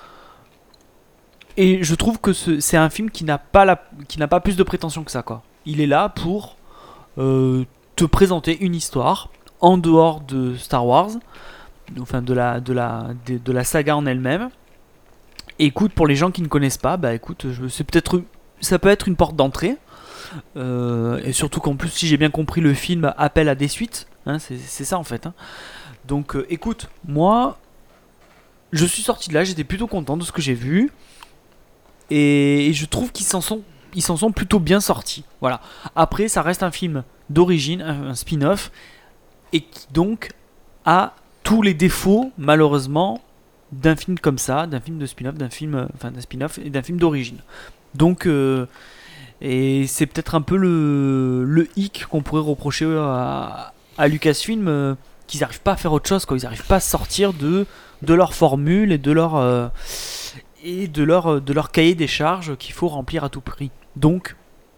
Et je trouve que ce, c'est un film qui n'a pas la, qui n'a pas plus de prétention que ça, quoi. Il est là pour euh, te présenter une histoire en dehors de Star Wars, enfin de la, de la, de, de la saga en elle-même. Et écoute, pour les gens qui ne connaissent pas, bah écoute, je, c'est peut-être, ça peut être une porte d'entrée. Euh, et surtout qu'en plus, si j'ai bien compris, le film appelle à des suites. Hein, c'est, c'est ça en fait. Hein. Donc euh, écoute, moi, je suis sorti de là, j'étais plutôt content de ce que j'ai vu. Et, et je trouve qu'ils s'en sont ils s'en sont plutôt bien sortis. Voilà. Après, ça reste un film d'origine, un, un spin-off, et qui donc a tous les défauts, malheureusement, d'un film comme ça, d'un film de spin-off, d'un film, enfin d'un spin-off et d'un film d'origine. Donc, euh, et c'est peut-être un peu le, le hic qu'on pourrait reprocher à, à Lucasfilm, euh, qu'ils n'arrivent pas à faire autre chose, quoi. Ils n'arrivent pas à sortir de, de leur formule et de leur... Euh, et de leur, de leur cahier des charges qu'il faut remplir à tout prix. Donc,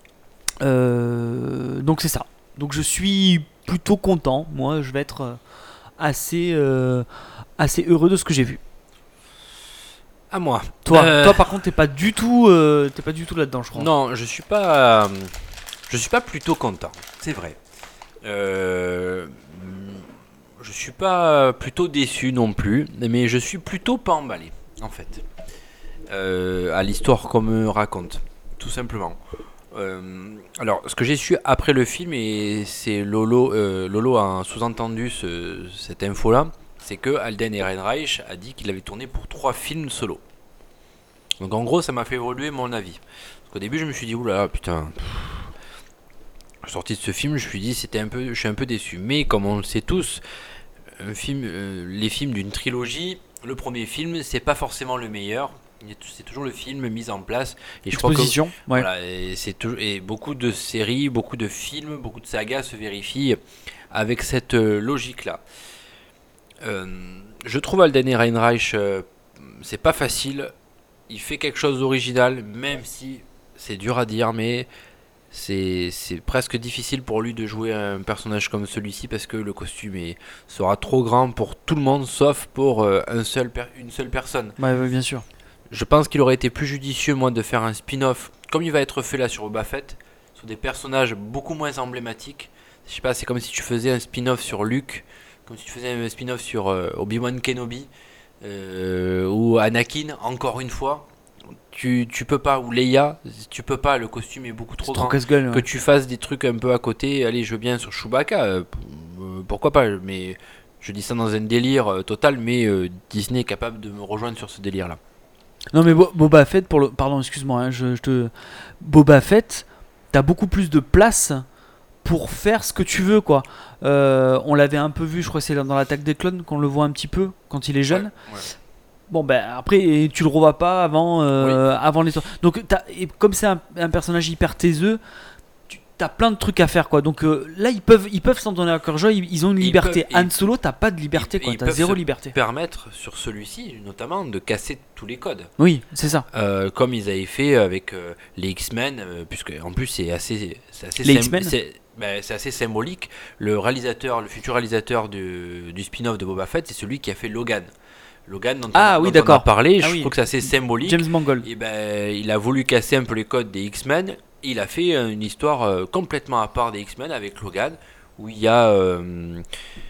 euh, donc c'est ça. Donc je suis plutôt content. Moi, je vais être assez, euh, assez heureux de ce que j'ai vu. À moi. Toi, Euh, toi par contre, t'es pas du tout, euh, t'es pas du tout là-dedans, je crois. Non, je suis pas. euh, je suis pas plutôt content. C'est vrai. Euh, je suis pas plutôt déçu non plus, mais je suis plutôt pas emballé, en fait, euh, à l'histoire qu'on me raconte, tout simplement. Euh, alors, ce que j'ai su après le film, et c'est Lolo, euh, Lolo a sous-entendu ce- cette info-là, c'est que Alden Ehrenreich a dit qu'il avait tourné pour trois films solo. Donc en gros, ça m'a fait évoluer mon avis. Parce qu'au début, je me suis dit, oulala, putain. pff. Sorti de ce film, je me suis dit, c'était un peu, je suis un peu déçu. Mais comme on le sait tous, un film, euh, les films d'une trilogie, le premier film, c'est pas forcément le meilleur. Il y a tout- C'est toujours le film mis en place. Et je crois que Exposition, ouais. voilà, et, c'est tou- et beaucoup de séries, beaucoup de films, beaucoup de sagas se vérifient avec cette euh, logique-là. Euh, je trouve Alden Ehrenreich, euh, c'est pas facile. Il fait quelque chose d'original, même si c'est dur à dire, mais c'est, c'est presque difficile pour lui de jouer un personnage comme celui-ci parce que le costume est, sera trop grand pour tout le monde, sauf pour euh, un seul per- une seule personne. Ouais, ouais, bien sûr. Je pense qu'il aurait été plus judicieux, moi, de faire un spin-off, comme il va être fait là sur Boba Fett, sur des personnages beaucoup moins emblématiques. Je sais pas, c'est comme si tu faisais un spin-off sur Luke, comme si tu faisais un spin-off sur euh, Obi-Wan Kenobi, euh, ou Anakin, encore une fois. Tu, tu peux pas, ou Leia, tu peux pas, le costume est beaucoup trop C'est grand. trop casse-gueule. Que Ouais. tu fasses des trucs un peu à côté, allez, je veux bien sur Chewbacca, euh, p- euh, pourquoi pas, mais je dis ça dans un délire euh, total, mais euh, Disney est capable de me rejoindre sur ce délire-là. Non mais Bo- Boba Fett, pour le... pardon, excuse-moi, hein, je, je te... Boba Fett, t'as beaucoup plus de place pour faire ce que tu veux, quoi. Euh, on l'avait un peu vu, je crois que c'est dans l'Attaque des clones qu'on le voit un petit peu quand il est jeune. Ouais, ouais. Bon ben après tu le revois pas avant, euh, avant les. Donc t'as- et comme c'est un, un personnage hyper taiseux, tu as plein de trucs à faire, quoi. Donc euh, là ils peuvent ils peuvent s'en donner à cœur joie, ils, ils ont une Ils liberté. peuvent- Han ils- Solo t'as pas de liberté, ils- quoi. ils T'as peuvent zéro se liberté. Permettre sur celui-ci, notamment, de casser tous les codes. Oui, c'est ça. Euh, comme ils avaient fait avec euh, les X-Men, euh, puisque en plus c'est assez, c'est assez, Les sym- X-Men c'est, ben, c'est assez symbolique. Le réalisateur, le futur réalisateur du, du spin-off de Boba Fett, c'est celui qui a fait Logan. Logan, dont, Ah on, oui, dont on a d'accord. parlé, Ah je oui. trouve que c'est assez symbolique. James Mangold. Et ben, il a voulu casser un peu les codes des X-Men. Il a fait euh, une histoire euh, complètement à part des X-Men avec Logan, où il y a. euh,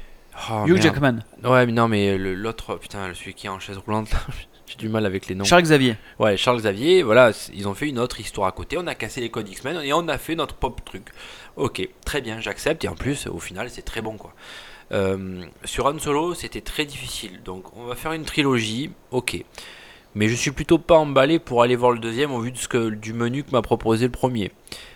oh, Hugh merde. Jackman. Ouais, mais non, mais le- l'autre, putain, celui qui est en chaise roulante, là, j'ai du mal avec les noms. Charles Xavier. Ouais, Charles Xavier, voilà, c- ils ont fait une autre histoire à côté, on a cassé les codes X-Men et on a fait notre pop truc. Ok, très bien, j'accepte, et en plus, au final, c'est très bon, quoi. Euh, sur Han Solo, c'était très difficile, donc on va faire une trilogie, ok. Mais je suis plutôt pas emballé pour aller voir le deuxième au vu de ce que, du menu que m'a proposé le premier.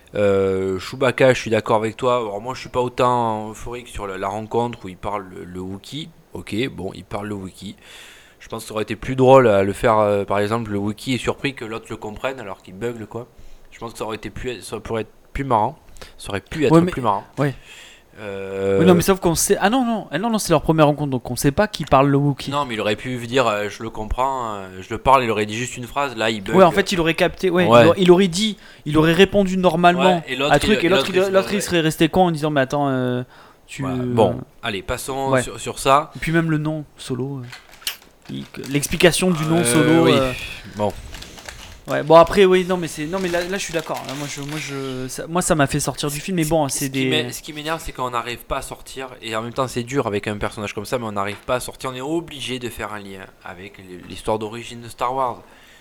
Euh, Chewbacca, je suis d'accord avec toi. Alors moi, je suis pas autant euphorique sur la, la rencontre où il parle le, le Wookiee. Ok, bon, il parle le Wookiee. Je pense que ça aurait été plus drôle à le faire. euh, par exemple, le Wookiee est surpris que l'autre le comprenne alors qu'il bugle, quoi. Je pense que ça aurait été plus, ça pourrait être plus marrant. Ça aurait pu être Ouais, mais- plus marrant. ouais. Euh, Oui, non mais sauf qu'on sait. Ah non non, ah, non non, c'est leur première rencontre, donc on sait pas qui parle le Wookiee. Non, mais il aurait pu dire euh, je le comprends, euh, je le parle. Il aurait dit juste une phrase. Là, il bug. Ouais, en fait, il aurait capté. Ouais, Ouais. Il, aurait, il aurait dit, il aurait répondu normalement Ouais, et l'autre, à truc, il- et l'autre, l'autre, il, il- l'autre, il ouais. serait resté con en disant, mais attends, euh, tu. Voilà. Bon, allez, passons Ouais. sur, sur ça. Et puis même le nom Solo. euh, il- l'explication du nom Euh, Solo. oui. euh, Bon. Ouais, bon après, oui, non mais c'est, non mais là, là je suis d'accord. Là, moi, je, moi, je, ça, moi, ça m'a fait sortir du film, mais bon, c'est Ce qui des. m'é- ce qui m'énerve, c'est qu'on n'arrive pas à sortir, et en même temps c'est dur avec un personnage comme ça, mais on n'arrive pas à sortir, on est obligé de faire un lien avec l'histoire d'origine de Star Wars.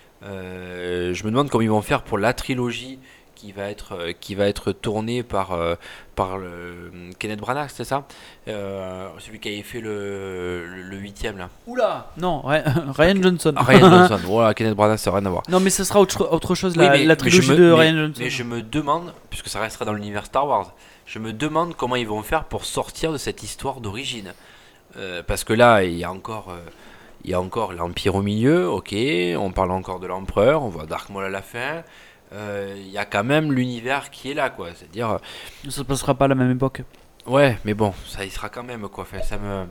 Euh, je me demande comment ils vont faire pour la trilogie qui va être, euh, qui va être tournée par, euh, par le, Kenneth Branagh, c'est ça, euh, celui qui avait fait le, le, le huitième là. Oula, non, Ryan Ryan Johnson. Ah, Ryan Johnson, voilà, Kenneth Branagh, ça n'a rien à voir. Non mais ça sera autre, autre chose, Oui, la, mais- la mais trilogie je me- de mais- Ryan Johnson. Mais je me demande, puisque ça restera dans l'univers Star Wars, je me demande comment ils vont faire pour sortir de cette histoire d'origine. Euh, parce que là, il y a encore, euh, il y a encore l'Empire au milieu, ok, on parle encore de l'Empereur, on voit Dark Maul à la fin. Euh, Il y a quand même l'univers qui est là, quoi. C'est-à-dire, euh, Ça se passera pas à la même époque. ouais, mais bon, ça y sera quand même, quoi. Enfin, ça me.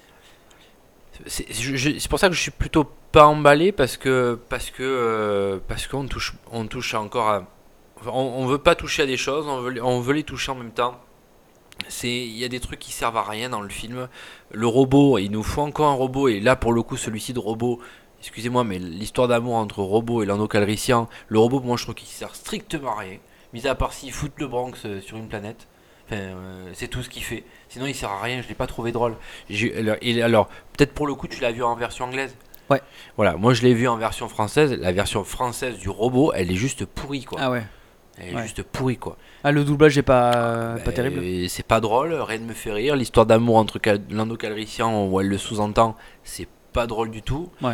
C'est je- je- c'est pour ça que je suis plutôt pas emballé parce que parce que euh, parce qu'on touche on touche encore à enfin, on, on veut pas toucher à des choses, on veut les- on veut les toucher en même temps. C'est il y a des trucs qui servent à rien dans le film. Le robot, il nous faut encore un robot et là pour le coup celui-ci de robot, excusez-moi, mais l'histoire d'amour entre Robot et Lando Calrissian, le robot, moi je trouve qu'il sert strictement à rien, mis à part s'il fout le Bronx euh, sur une planète. Enfin, euh, c'est tout ce qu'il fait. Sinon, il sert à rien. Je l'ai pas trouvé drôle. J'ai, alors, et alors, peut-être pour le coup, tu l'as vu en version anglaise. Ouais. Voilà, moi je l'ai vu en version française. La version française du robot, elle est juste pourrie, quoi. Ah ouais. Elle est Ouais. juste pourrie, quoi. Ah, le doublage est pas, Bah, pas terrible. euh, c'est pas drôle, rien ne me fait rire. L'histoire d'amour entre Cal- Lando Calrissian, où elle le sous-entend, c'est pas drôle du tout. Ouais.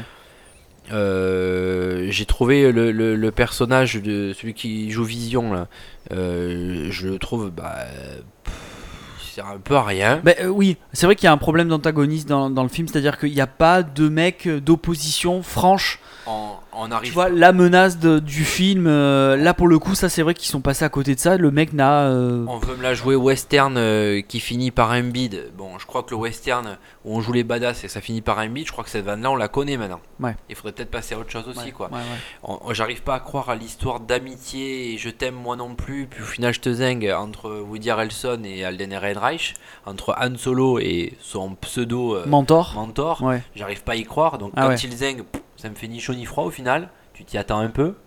Euh, j'ai trouvé le, le, le personnage de celui qui joue Vision là, euh, je le trouve bah, pff, c'est un peu à rien. Bah, euh, oui, c'est vrai qu'il y a un problème d'antagoniste dans, dans le film, c'est-à-dire qu'il n'y a pas de mec d'opposition franche. On, on arrive. Tu vois, la menace de- du film, euh, là pour le coup, ça c'est vrai qu'ils sont passés à côté de ça. Le mec n'a. euh, On veut me la jouer western euh, qui finit par un bid. Bon, je crois que le western où on joue les badass et ça finit par un bid, je crois que cette vanne là on la connaît maintenant. Ouais. Il faudrait peut-être passer à autre chose aussi, ouais, quoi. ouais, ouais. On- on- J'arrive pas à croire à l'histoire d'amitié et je t'aime moi non plus, puis au final je te zingue entre Woody Harrelson et Alden Ehrenreich, entre Han Solo et son pseudo euh, Mentor. mentor. Ouais. J'arrive pas à y croire, donc Ah quand ouais. il zingue, pff, ça me fait ni chaud ni froid au final, tu t'y attends un peu.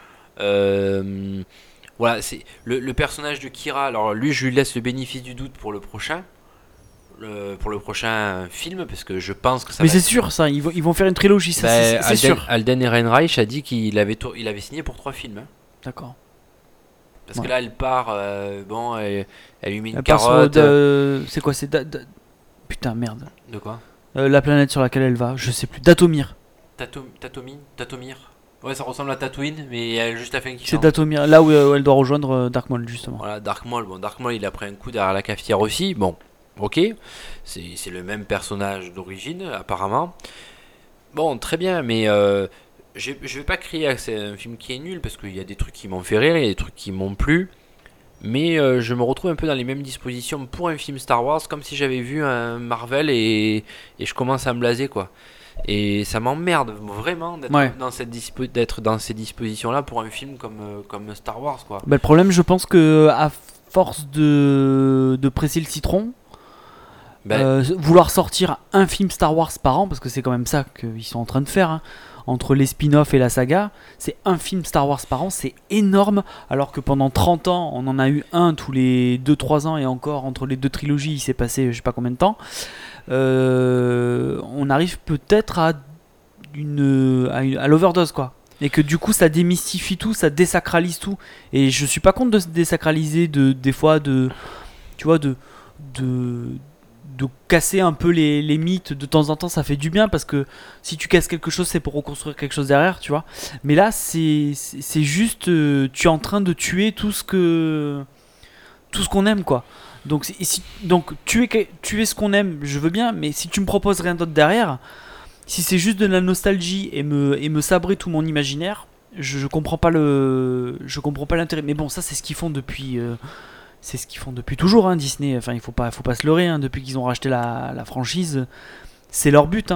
Euh, voilà, c'est le, le personnage de Kira, alors lui je lui laisse le bénéfice du doute pour le prochain. Le- pour le prochain film, parce que je pense que ça Mais va c'est être- sûr, ça, ils vont, ils vont faire une trilogie, ça, Bah, c'est- c'est Alden, sûr. Alden Ehrenreich a dit qu'il avait, tour- il avait signé pour trois films. hein. D'accord. Parce Ouais. que là, elle part, euh, bon, elle, elle lui met une Elle part sur carotte. de- C'est quoi, c'est da- da- Putain, merde. De quoi Euh, la planète sur laquelle elle va, je sais plus. Datomir. Tato, Tatomine Tatomir Ouais, ça ressemble à Tatooine, mais il y a juste la fin qui C'est change. Datomir, là où, où elle doit rejoindre euh, Dark Maul, justement. Voilà, Dark Maul. Bon, Dark Maul, il a pris un coup derrière la cafetière aussi. Bon, ok. C'est c'est le même personnage d'origine, apparemment. Bon, très bien, mais euh, j'ai- je vais pas crier que c'est un film qui est nul, parce qu'il y a des trucs qui m'ont fait rire, il y a des trucs qui m'ont plu. Mais euh, je me retrouve un peu dans les mêmes dispositions pour un film Star Wars, comme si j'avais vu un Marvel et, et je commence à me blaser, quoi. Et ça m'emmerde vraiment d'être Ouais. dans, cette dispo- d'être dans ces dispositions-là pour un film comme, euh, comme Star Wars, quoi. Bah, le problème, je pense que à force de, de presser le citron, Ben, euh, vouloir sortir un film Star Wars par an, parce que c'est quand même ça qu'ils sont en train de faire, hein, entre les spin-offs et la saga, c'est un film Star Wars par an, c'est énorme, alors que pendant trente ans, on en a eu un tous les deux trois ans, et encore entre les deux trilogies, il s'est passé je sais pas combien de temps. Euh, on arrive peut-être à, une, à, une- à l'overdose, quoi. Et que du coup ça démystifie tout, ça désacralise tout. Et je suis pas contre de se désacraliser de, des fois de... Tu vois, de... de de casser un peu les, les mythes de temps en temps, ça fait du bien, parce que si tu casses quelque chose, c'est pour reconstruire quelque chose derrière, tu vois. Mais là, c'est c'est c'est juste, euh, tu es en train de tuer tout ce que tout ce qu'on aime, quoi. Donc c'est- si, donc tuer que- tuer ce qu'on aime, je veux bien, mais si tu me proposes rien d'autre derrière, si c'est juste de la nostalgie et me et me sabrer tout mon imaginaire, je, je comprends pas le je comprends pas l'intérêt. Mais bon, ça c'est ce qu'ils font depuis euh, c'est ce qu'ils font depuis toujours, hein, Disney. Enfin, il faut pas, faut pas se leurrer, hein, depuis qu'ils ont racheté la, la franchise, c'est leur but, hein.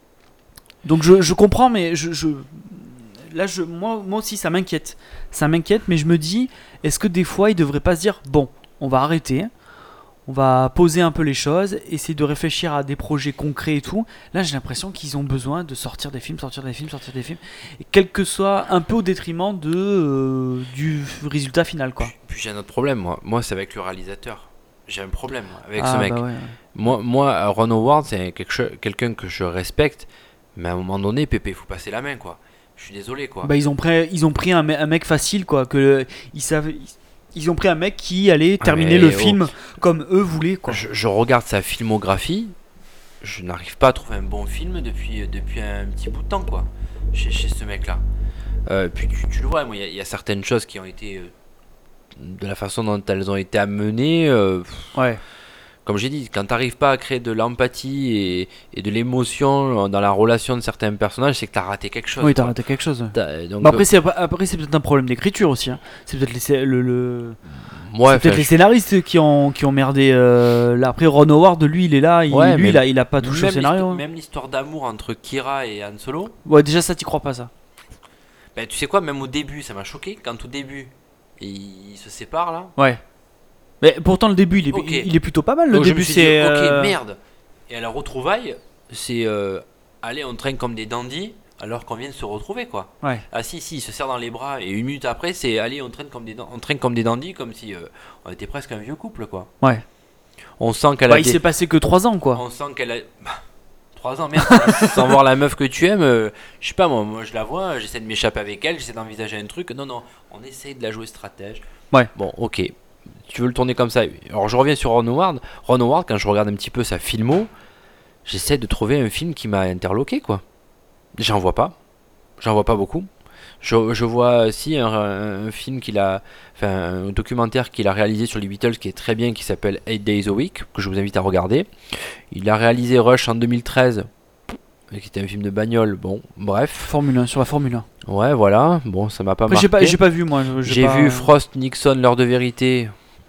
Donc je, je comprends, mais je, je là, je, moi, moi aussi, ça m'inquiète. Ça m'inquiète, mais je me dis, est-ce que des fois, ils devraient pas se dire, bon, on va arrêter, on va poser un peu les choses, essayer de réfléchir à des projets concrets et tout. Là, j'ai l'impression qu'ils ont besoin de sortir des films, sortir des films, sortir des films, et quel que soit, un peu au détriment de, euh, du résultat final, quoi. Puis j'ai un autre problème, moi. Moi, c'est avec le réalisateur. J'ai un problème moi, avec Ah, ce mec. bah ouais. Moi, moi, Ron Howard, c'est quelque cho- quelqu'un que je respecte, mais à un moment donné, Pépé, faut passer la main, quoi. Je suis désolé, quoi. Bah, ils ont pris, ils ont pris un, me- un mec facile, quoi. Que ils savent, ils, ils ont pris un mec qui allait Ah, terminer mais le oh. film comme eux voulaient, quoi. Je, je regarde sa filmographie, je n'arrive pas à trouver un bon film depuis, depuis un petit bout de temps, quoi, chez, chez ce mec-là. Euh, puis tu, tu le vois, moi, il y, a- il y a certaines choses qui ont été, euh, de la façon dont elles ont été amenées, euh, pff, Ouais. comme j'ai dit, quand tu n'arrives pas à créer de l'empathie et, et de l'émotion dans la relation de certains personnages, c'est que tu as raté quelque chose. Oui, t'as quoi. raté quelque chose. T'as- donc, Bah, après, euh, c'est, après, c'est peut-être un problème d'écriture aussi, hein. C'est peut-être les, scé- le, le- moi, c'est peut-être enfin, les je- scénaristes qui ont, qui ont merdé. euh, là. Après, Ron Howard, lui, il est là. Il, Ouais, lui, mais il a, il a pas touché au même scénario. l'histoire- hein. Même l'histoire d'amour entre Kira et Han Solo. Ouais, déjà, ça, t'y crois pas, ça. Ben, tu sais quoi, même au début, ça m'a choqué. Quand au début, ils se séparent là. Ouais. Mais pourtant, le début, il est, Ok. il est plutôt pas mal. Le Donc je me début, suis c'est. dit, ok, euh, merde. Et à la retrouvaille, c'est euh, allez, on traîne comme des dandys. alors qu'on vient de se retrouver, quoi. Ouais. Ah si, si, il se serre dans les bras et une minute après, c'est allez, on traîne comme des, dan- on traîne comme des dandys, comme si euh, on était presque un vieux couple, quoi. Ouais. On sent qu'elle Bah, a il des- s'est passé que trois ans, quoi. On sent qu'elle a bah, trois ans, merde, sans voir la meuf que tu aimes. euh, je sais pas, moi, moi je la vois, j'essaie de m'échapper avec elle, j'essaie d'envisager un truc. Non, non, on essaie de la jouer stratège. Ouais. Bon, ok. Tu veux le tourner comme ça. Alors je reviens sur Ron Howard. Ron Howard, quand je regarde un petit peu sa filmo, j'essaie de trouver un film qui m'a interloqué, quoi. J'en vois pas. J'en vois pas beaucoup. Je, je vois si un, un, un film qu'il a, enfin un documentaire qu'il a réalisé sur les Beatles qui est très bien, qui s'appelle Eight Days a Week, que je vous invite à regarder. Il a réalisé Rush en deux mille treize, qui était un film de bagnole. Bon, bref. Formule un, sur la Formule un. Ouais, voilà. Bon, ça m'a pas Après, marqué. j'ai pas, j'ai pas vu moi. je- j'ai J'ai pas- vu Frost, Nixon, L'heure de vérité.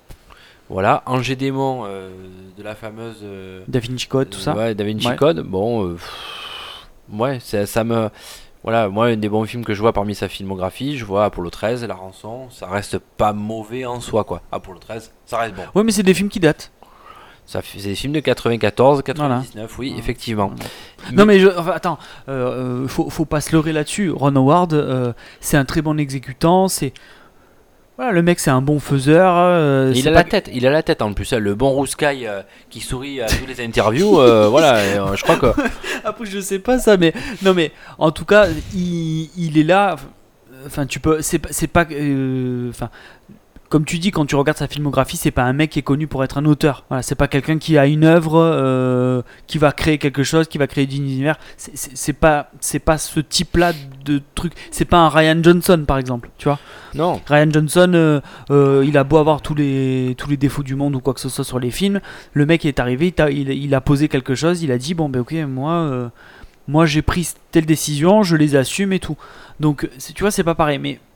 Voilà, Angers Démon euh, de la fameuse euh, Da Vinci Code, tout ça. Ouais, Da Vinci Ouais. Code. Bon, euh, pff, ouais, ça, ça me. Voilà, moi, un des bons films que je vois parmi sa filmographie, je vois Apollo treize, La Rançon. Ça reste pas mauvais en soi, quoi. Apollo treize, ça reste bon. Ouais, mais c'est des films qui datent. Ça fait, c'est des films de quatre-vingt-quatorze, quatre-vingt-dix-neuf, oui, Voilà. effectivement. Non mais je, enfin, attends, euh, euh, faut, faut pas se leurrer là-dessus. Ron Howard, euh, c'est un très bon exécutant. C'est voilà, le mec, c'est un bon faiseur. euh, Il c'est a pas- la tête, il a la tête en plus, hein, le bon rouscaille euh, qui sourit à toutes les interviews. euh, voilà, et, euh, je crois que. Après, je sais pas ça, mais non, mais en tout cas, il, il est là. Enfin, tu peux, c'est pas, c'est pas, euh, enfin. Comme tu dis, quand tu regardes sa filmographie, c'est pas un mec qui est connu pour être un auteur. Voilà, c'est pas quelqu'un qui a une œuvre, euh, qui va créer quelque chose, qui va créer d'un univers. C'est, c'est, c'est pas, c'est pas ce type-là de truc. C'est pas un Ryan Johnson, par exemple. Tu vois. Non. Ryan Johnson, euh, euh, il a beau avoir tous les, tous les défauts du monde ou quoi que ce soit sur les films, le mec est arrivé, il, t'a- il, il a posé quelque chose, il a dit bon ben ok, moi, euh, moi j'ai pris telle décision, je les assume et tout. Donc c'est- tu vois, c'est pas pareil, mais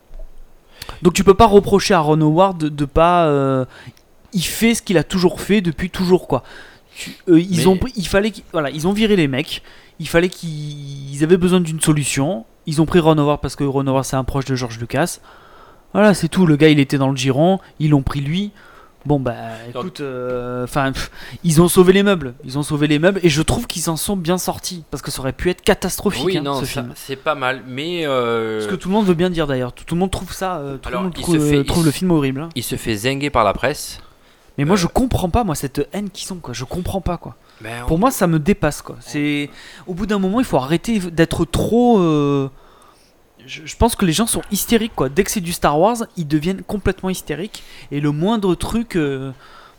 donc tu peux pas reprocher à Ron Howard de, de pas. Euh, il fait ce qu'il a toujours fait depuis toujours, quoi. Tu- euh, ils Mais- ont pris- il fallait qu'ils- voilà, ils ont viré les mecs. Il fallait qu'ils ils avaient besoin d'une solution. Ils ont pris Ron Howard parce que Ron Howard c'est un proche de George Lucas. Voilà, c'est tout. Le gars il était dans le giron. Ils l'ont pris lui. Bon bah écoute, enfin ils ont sauvé les meubles. Ils ont sauvé les meubles et je trouve qu'ils s'en sont bien sortis parce que ça aurait pu être catastrophique, Oui, hein, non, ce ça, film. c'est pas mal, mais. euh, Ce que tout le monde veut bien dire d'ailleurs. Tout, tout le monde trouve ça. euh, tout Alors, le monde il trouve, se fait- euh, il trouve se- le film horrible. hein. Il se fait zinguer par la presse. Mais moi Euh. je comprends pas moi cette haine qu'ils ont, quoi. Je comprends pas, quoi. Ben, on- Pour moi ça me dépasse, quoi. C'est au bout d'un moment il faut arrêter d'être trop. euh, Je, je pense que les gens sont hystériques, quoi. Dès que c'est du Star Wars, ils deviennent complètement hystériques et le moindre truc, euh,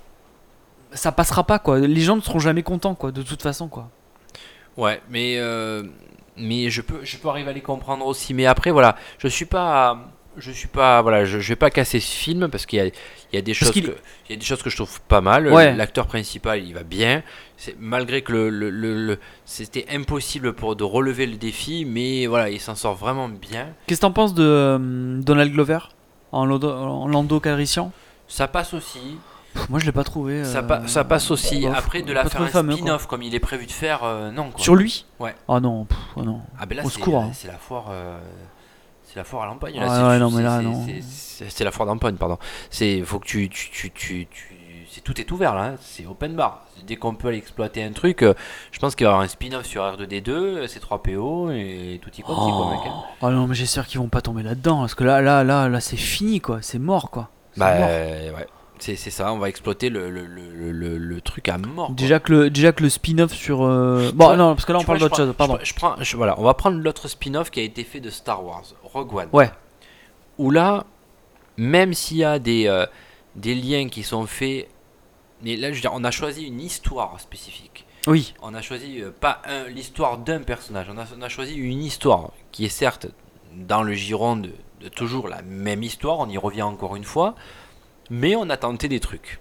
ça passera pas, quoi. Les gens ne seront jamais contents, quoi. De toute façon, quoi. Ouais, mais euh, mais je peux je peux arriver à les comprendre aussi. Mais après voilà, je suis pas je suis pas voilà, je, je vais pas casser ce film parce qu'il y a il y a des choses que qu'il- il y a des choses que je trouve pas mal. Ouais. L'acteur principal il va bien. C'est malgré que le, le, le- le- c'était impossible pour de relever le défi, mais voilà, il s'en sort vraiment bien. Qu'est-ce que t'en penses de euh, Donald Glover en Lando, en Lando Calrissian? Ça passe aussi. Pff, Moi je l'ai pas trouvé. Ça, euh, pa- ça passe aussi. bof, Après, de pas la trop faire un fameux, quoi. spin-off comme il est prévu de faire, euh, non. Quoi. Sur lui? Ouais. Ah non, pff, ah non. Ah ben là, Au c'est, secours, hein. c'est la foire. euh, c'est la foire à l'Empagne. Ah là, c'est, ouais, c'est- non, mais c'est- là, c'est- non. c'est- c'est- c'est la foire d'Empagne, pardon. C'est, faut que tu, tu, tu, tu, tu- c'est tout est ouvert là. hein. C'est open bar. Dès qu'on peut aller exploiter un truc, euh, je pense qu'il va y avoir un spin-off sur R deux D deux, C trois P O et tout y compris, quoi, mec. hein. Ah non, mais j'espère qu'ils vont pas tomber là-dedans parce que là, là, là, là, c'est fini, quoi. C'est mort, quoi. C'est Bah mort. euh, ouais. C'est, c'est ça. On va exploiter le, le, le, le, le truc à mort. quoi. Déjà que le, déjà que le spin-off sur. euh, Bon, Ouais, non, parce que là on tu parle vois, d'autre je chose. prends- Pardon. Je, je prends, je- voilà, on va prendre l'autre spin-off qui a été fait de Star Wars, Rogue One. Ouais. Où là, même s'il y a des, euh, des liens qui sont faits, mais là, je veux dire, on a choisi une histoire spécifique. Oui. On a choisi euh, pas un, l'histoire d'un personnage, on a, on a choisi une histoire qui est certes dans le giron de, de toujours la même histoire, on y revient encore une fois, mais on a tenté des trucs.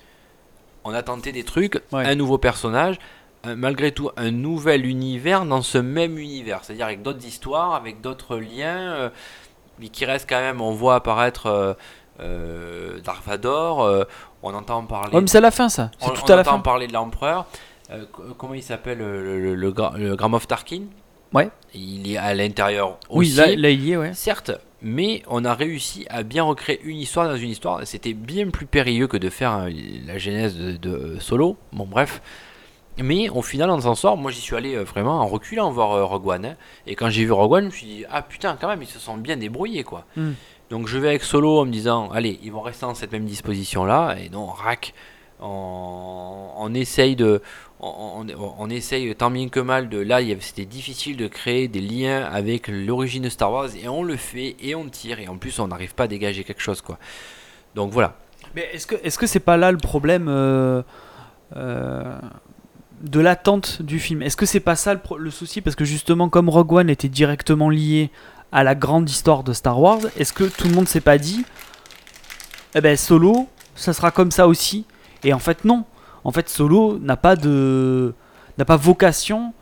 On a tenté des trucs, Ouais. un nouveau personnage, un- malgré tout un nouvel univers dans ce même univers, c'est-à-dire avec d'autres histoires, avec d'autres liens, euh, mais qui restent quand même, on voit apparaître euh, euh, Dark Vador, euh, on entend parler... Ouais, mais c'est à la fin, ça. C'est On, tout on à la entend fin. parler de l'empereur. Euh, co- comment il s'appelle le, le, le, le, Gra- le Grand Moff Tarkin. Ouais. Il est à l'intérieur Oui, aussi. là, là, il y est, ouais. Certes, mais on a réussi à bien recréer une histoire dans une histoire. C'était bien plus périlleux que de faire euh, la genèse de, de Solo. Bon, bref. Mais au final, on s'en sort. Moi, j'y suis allé euh, vraiment en reculant voir euh, Rogue One. hein. Et quand j'ai vu Rogue One, je me suis dit, ah putain, quand même, ils se sont bien débrouillés, quoi. Mm. Donc je vais avec Solo en me disant, allez, ils vont rester dans cette même disposition-là. Et non, rac, on, on essaye de... On, on, on essaye tant bien que mal de... Là, il y avait- c'était difficile de créer des liens avec l'origine de Star Wars. Et on le fait, et on tire. Et en plus, on n'arrive pas à dégager quelque chose, quoi. Donc voilà. Mais est-ce que est-ce que c'est pas là le problème euh, euh, de l'attente du film? Est-ce que c'est pas ça le, pro- le souci? Parce que justement, comme Rogue One était directement lié à la grande histoire de Star Wars, est-ce que tout le monde s'est pas dit, eh ben Solo, ça sera comme ça aussi? Et en fait non. En fait, Solo n'a pas de n'a pas vocation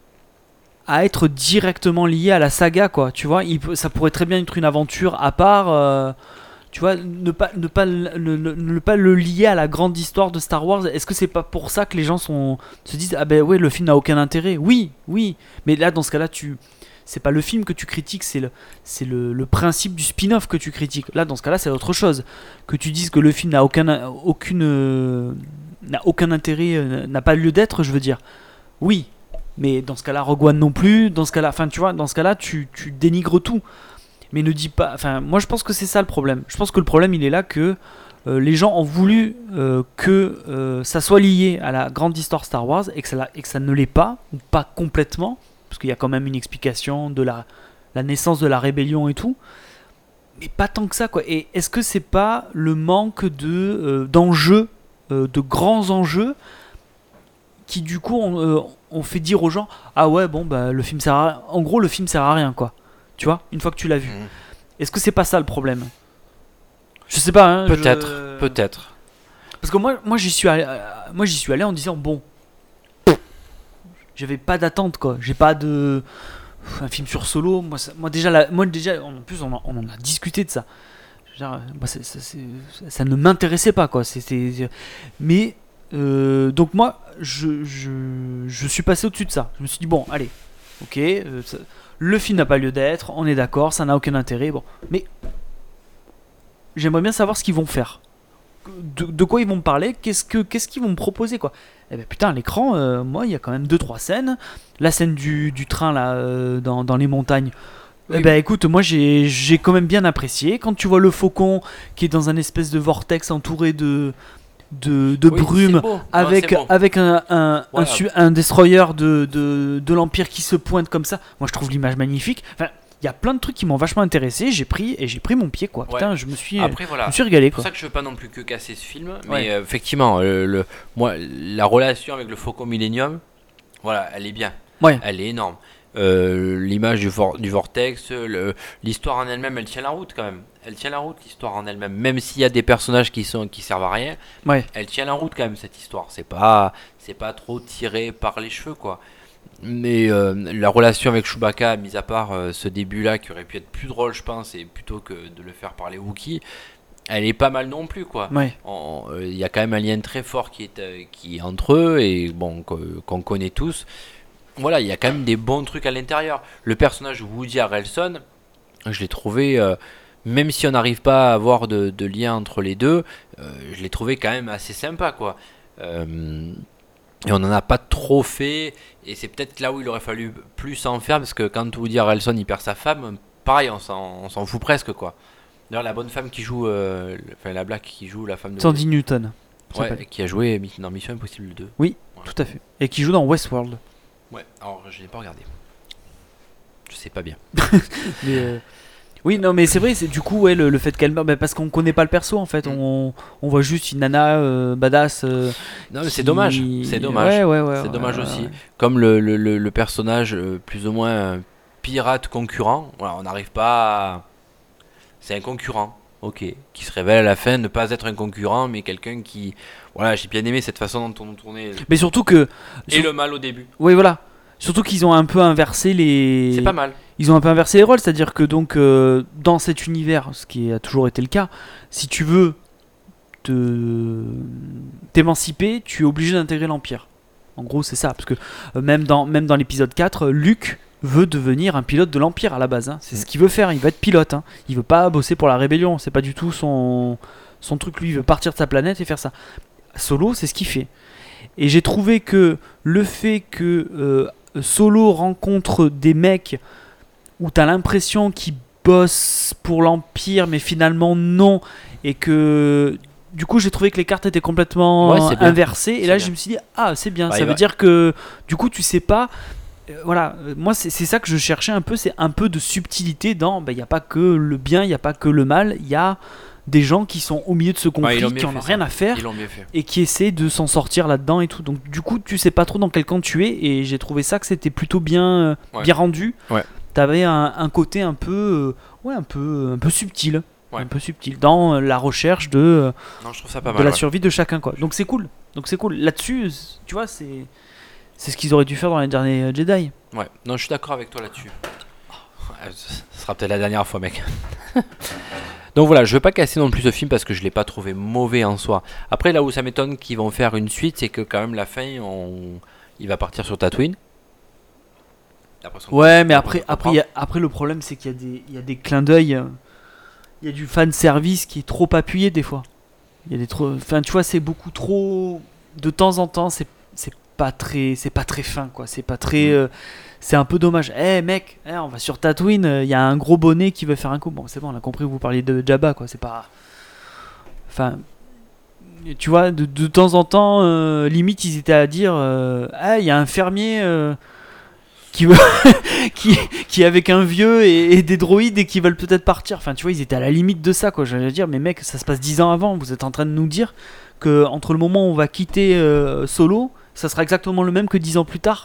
à être directement lié à la saga, quoi. Tu vois, il peut- ça pourrait très bien être une aventure à part. euh, tu vois, ne pas, ne, pas, le- ne, ne- ne pas le lier à la grande histoire de Star Wars. Est-ce que c'est pas pour ça que les gens sont, se disent, ah ben ouais, le film n'a aucun intérêt? Oui, oui. Mais là, dans ce cas-là, tu, c'est pas le film que tu critiques, c'est le, c'est le, le principe du spin-off que tu critiques. Là, dans ce cas-là, c'est autre chose. Que tu dises que le film n'a aucun, aucune, euh, n'a aucun intérêt, euh, n'a pas lieu d'être, je veux dire. Oui. Mais dans ce cas-là, Rogue One non plus. Dans ce cas-là, enfin, tu vois, dans ce cas-là, tu, tu dénigres tout. Mais ne dis pas. Enfin, moi, je pense que c'est ça le problème. Je pense que le problème, il est là que euh, les gens ont voulu euh, que euh, ça soit lié à la grande histoire Star Wars et que ça, l'a- et que ça ne l'est pas, ou pas complètement, parce qu'il y a quand même une explication de la, la naissance de la rébellion et tout. Mais pas tant que ça, quoi. Et est-ce que c'est pas le manque de euh, d'enjeux, euh, de grands enjeux, qui du coup on, euh, on fait dire aux gens, ah ouais, bon bah le film sert à rien. En gros, le film sert à rien, quoi. Tu vois, une fois que tu l'as vu. Mhm. Est-ce que c'est pas ça le problème? Je sais pas. Hein, Peut-être, je- peut-être. Parce que moi, moi j'y suis allé, euh, moi j'y suis allé en disant bon, j'avais pas d'attente, quoi. J'ai pas de un film sur Solo. Moi, ça- moi déjà, la- moi déjà, en plus on en, on en a discuté de ça. Je veux dire, moi, c'est- c'est- c'est- ça ne m'intéressait pas, quoi. C'était, mais euh, donc moi, je, je, je suis passé au-dessus de ça. Je me suis dit bon, allez, ok, euh, ça- le film n'a pas lieu d'être, on est d'accord, ça n'a aucun intérêt. Bon, mais j'aimerais bien savoir ce qu'ils vont faire. De, de quoi ils vont me parler, qu'est-ce que qu'est-ce qu'ils vont me proposer, quoi. Eh ben putain, à l'écran, euh, moi il y a quand même deux trois scènes. La scène du, du train là euh, dans, dans les montagnes. Oui. Eh ben écoute, moi j'ai j'ai quand même bien apprécié. Quand tu vois le faucon qui est dans un espèce de vortex entouré de de, de Oui, brume, c'est beau. Non, avec c'est beau. avec un un, Voilà. un, su- un destroyer de, de, de l'Empire qui se pointe comme ça. Moi je trouve l'image magnifique. Enfin, il y a plein de trucs qui m'ont vachement intéressé. J'ai pris et j'ai pris mon pied, quoi. Ouais. Putain, je me suis Après, je voilà. me suis régalé, C'est pour quoi. ça que je veux pas non plus que casser ce film, mais Ouais. euh, effectivement, euh, le, moi, la relation avec le Faucon Millennium, voilà, elle est bien, Ouais. elle est énorme. Euh, l'image du, vor- du vortex, le- l'histoire en elle-même, elle tient la route quand même. Elle tient la route, l'histoire en elle-même. Même s'il y a des personnages qui sont qui servent à rien, Ouais. elle tient la route quand même cette histoire. C'est pas, c'est pas trop tiré par les cheveux, quoi. Mais euh, la relation avec Chewbacca, mis à part euh, ce début-là qui aurait pu être plus drôle, je pense, et plutôt que de le faire par les Wookiees, elle est pas mal non plus, quoi. Ouais. Il y a quand même un lien très fort qui est, euh, qui est entre eux et bon qu'on qu'on connaît tous. Voilà, il y a quand même des bons trucs à l'intérieur. Le personnage Woody Harrelson, je l'ai trouvé, euh, même si on n'arrive pas à avoir de, de lien entre les deux, euh, je l'ai trouvé quand même assez sympa, quoi. Euh, et on n'en a pas trop fait, et c'est peut-être là où il aurait fallu plus en faire, parce que quand Woody Harrelson il perd sa femme, pareil, on s'en, on s'en fout presque, quoi. D'ailleurs, la bonne femme qui joue, euh, le- enfin la black qui joue la femme de Sandy Newton. ça ouais, s'appelle. qui a joué mi- dans Mission Impossible deux. Oui, Voilà. tout à fait. Et qui joue dans Westworld. Ouais, alors je n'ai pas regardé. Je sais pas bien. Mais, euh, oui, non, mais c'est vrai, c'est du coup, ouais, le, le fait qu'elle meure, bah, parce qu'on connaît pas le perso en fait, Mm. on, on voit juste une nana euh, badass. euh, Non, mais c'est qui- dommage. C'est dommage. Ouais, ouais, ouais, c'est ouais, dommage ouais, aussi. ouais. Comme le, le, le, le personnage euh, plus ou moins euh, pirate concurrent. Voilà, on n'arrive pas à... C'est un concurrent, ok. Qui se révèle à la fin ne pas être un concurrent, mais quelqu'un qui... Voilà, j'ai bien aimé cette façon dont on tournait. Mais surtout que. Et sur- le mal au début. Oui, voilà. Surtout qu'ils ont un peu inversé les. C'est pas mal. Ils ont un peu inversé les rôles, c'est-à-dire que donc euh, dans cet univers, ce qui a toujours été le cas, si tu veux te t'émanciper, tu es obligé d'intégrer l'Empire. En gros, c'est ça, parce que euh, même dans même dans l'épisode quatre, Luke veut devenir un pilote de l'Empire à la base. hein. C'est ce qu'il veut faire. Il veut être pilote. Hein. Il veut pas bosser pour la rébellion. C'est pas du tout son son truc. Lui, il veut partir de sa planète et faire ça. Solo, c'est ce qu'il fait. Et j'ai trouvé que le fait que euh, Solo rencontre des mecs où t'as l'impression qu'ils bossent pour l'Empire, mais finalement non, et que du coup j'ai trouvé que les cartes étaient complètement Ouais, c'est bien. inversées. Et C'est là bien. je me suis dit ah c'est bien, Bah, ça il veut va- dire que du coup tu sais pas. euh, Voilà, euh, moi c'est c'est ça que je cherchais un peu, c'est un peu de subtilité dans. Il n'y a pas que le bien, il n'y a pas que le mal, il y a des gens qui sont au milieu de ce Ouais, conflit, ils l'ont qui bien en ont fait, rien ça. à faire Ils l'ont bien fait. et qui essaient de s'en sortir là-dedans et tout. Donc du coup, tu sais pas trop dans quel camp tu es et j'ai trouvé ça que c'était plutôt bien, euh, Ouais. bien rendu. Ouais. T'avais un, un côté un peu, euh, ouais, un peu, un peu subtil, Ouais. un peu subtil dans euh, la recherche de, euh, Non, je trouve ça pas de mal. la ouais. survie de chacun, quoi. Donc c'est cool. Donc c'est cool. Là-dessus, c- tu vois, c'est, c'est ce qu'ils auraient dû faire dans les derniers euh, Jedi. Ouais, non, je suis d'accord avec toi là-dessus. Ouais, ce ce sera peut-être la dernière fois, mec. Donc voilà, je veux pas casser non plus ce film parce que je l'ai pas trouvé mauvais en soi. Après, là où ça m'étonne qu'ils vont faire une suite, c'est que quand même la fin, on... il va partir sur Tatooine. D'après son- Ouais, mais d'après après, ce qu'on après, comprend. il y a- après le problème, c'est qu'il y a des, il y a des clins d'œil. euh, Il y a du fan service qui est trop appuyé des fois. Il y a des trop, enfin, tu vois, c'est beaucoup trop. De temps en temps, c'est, c'est pas très, c'est pas très fin, quoi. C'est pas très, Mm. euh, c'est un peu dommage. Eh mec, eh, on va sur Tatooine. euh, Il y a un gros bonnet qui veut faire un coup. Bon, c'est bon, on a compris que vous parliez de Jabba, quoi. C'est pas. Enfin. Tu vois, de, de temps en temps, euh, limite, ils étaient à dire euh, ah, il y a un fermier euh, qui, veut qui, qui est avec un vieux et, et des droïdes et qui veulent peut-être partir. Enfin, tu vois, ils étaient à la limite de ça, quoi. J'allais dire, mais mec, ça se passe dix ans avant. Vous êtes en train de nous dire que entre le moment où on va quitter euh, Solo, ça sera exactement le même que dix ans plus tard.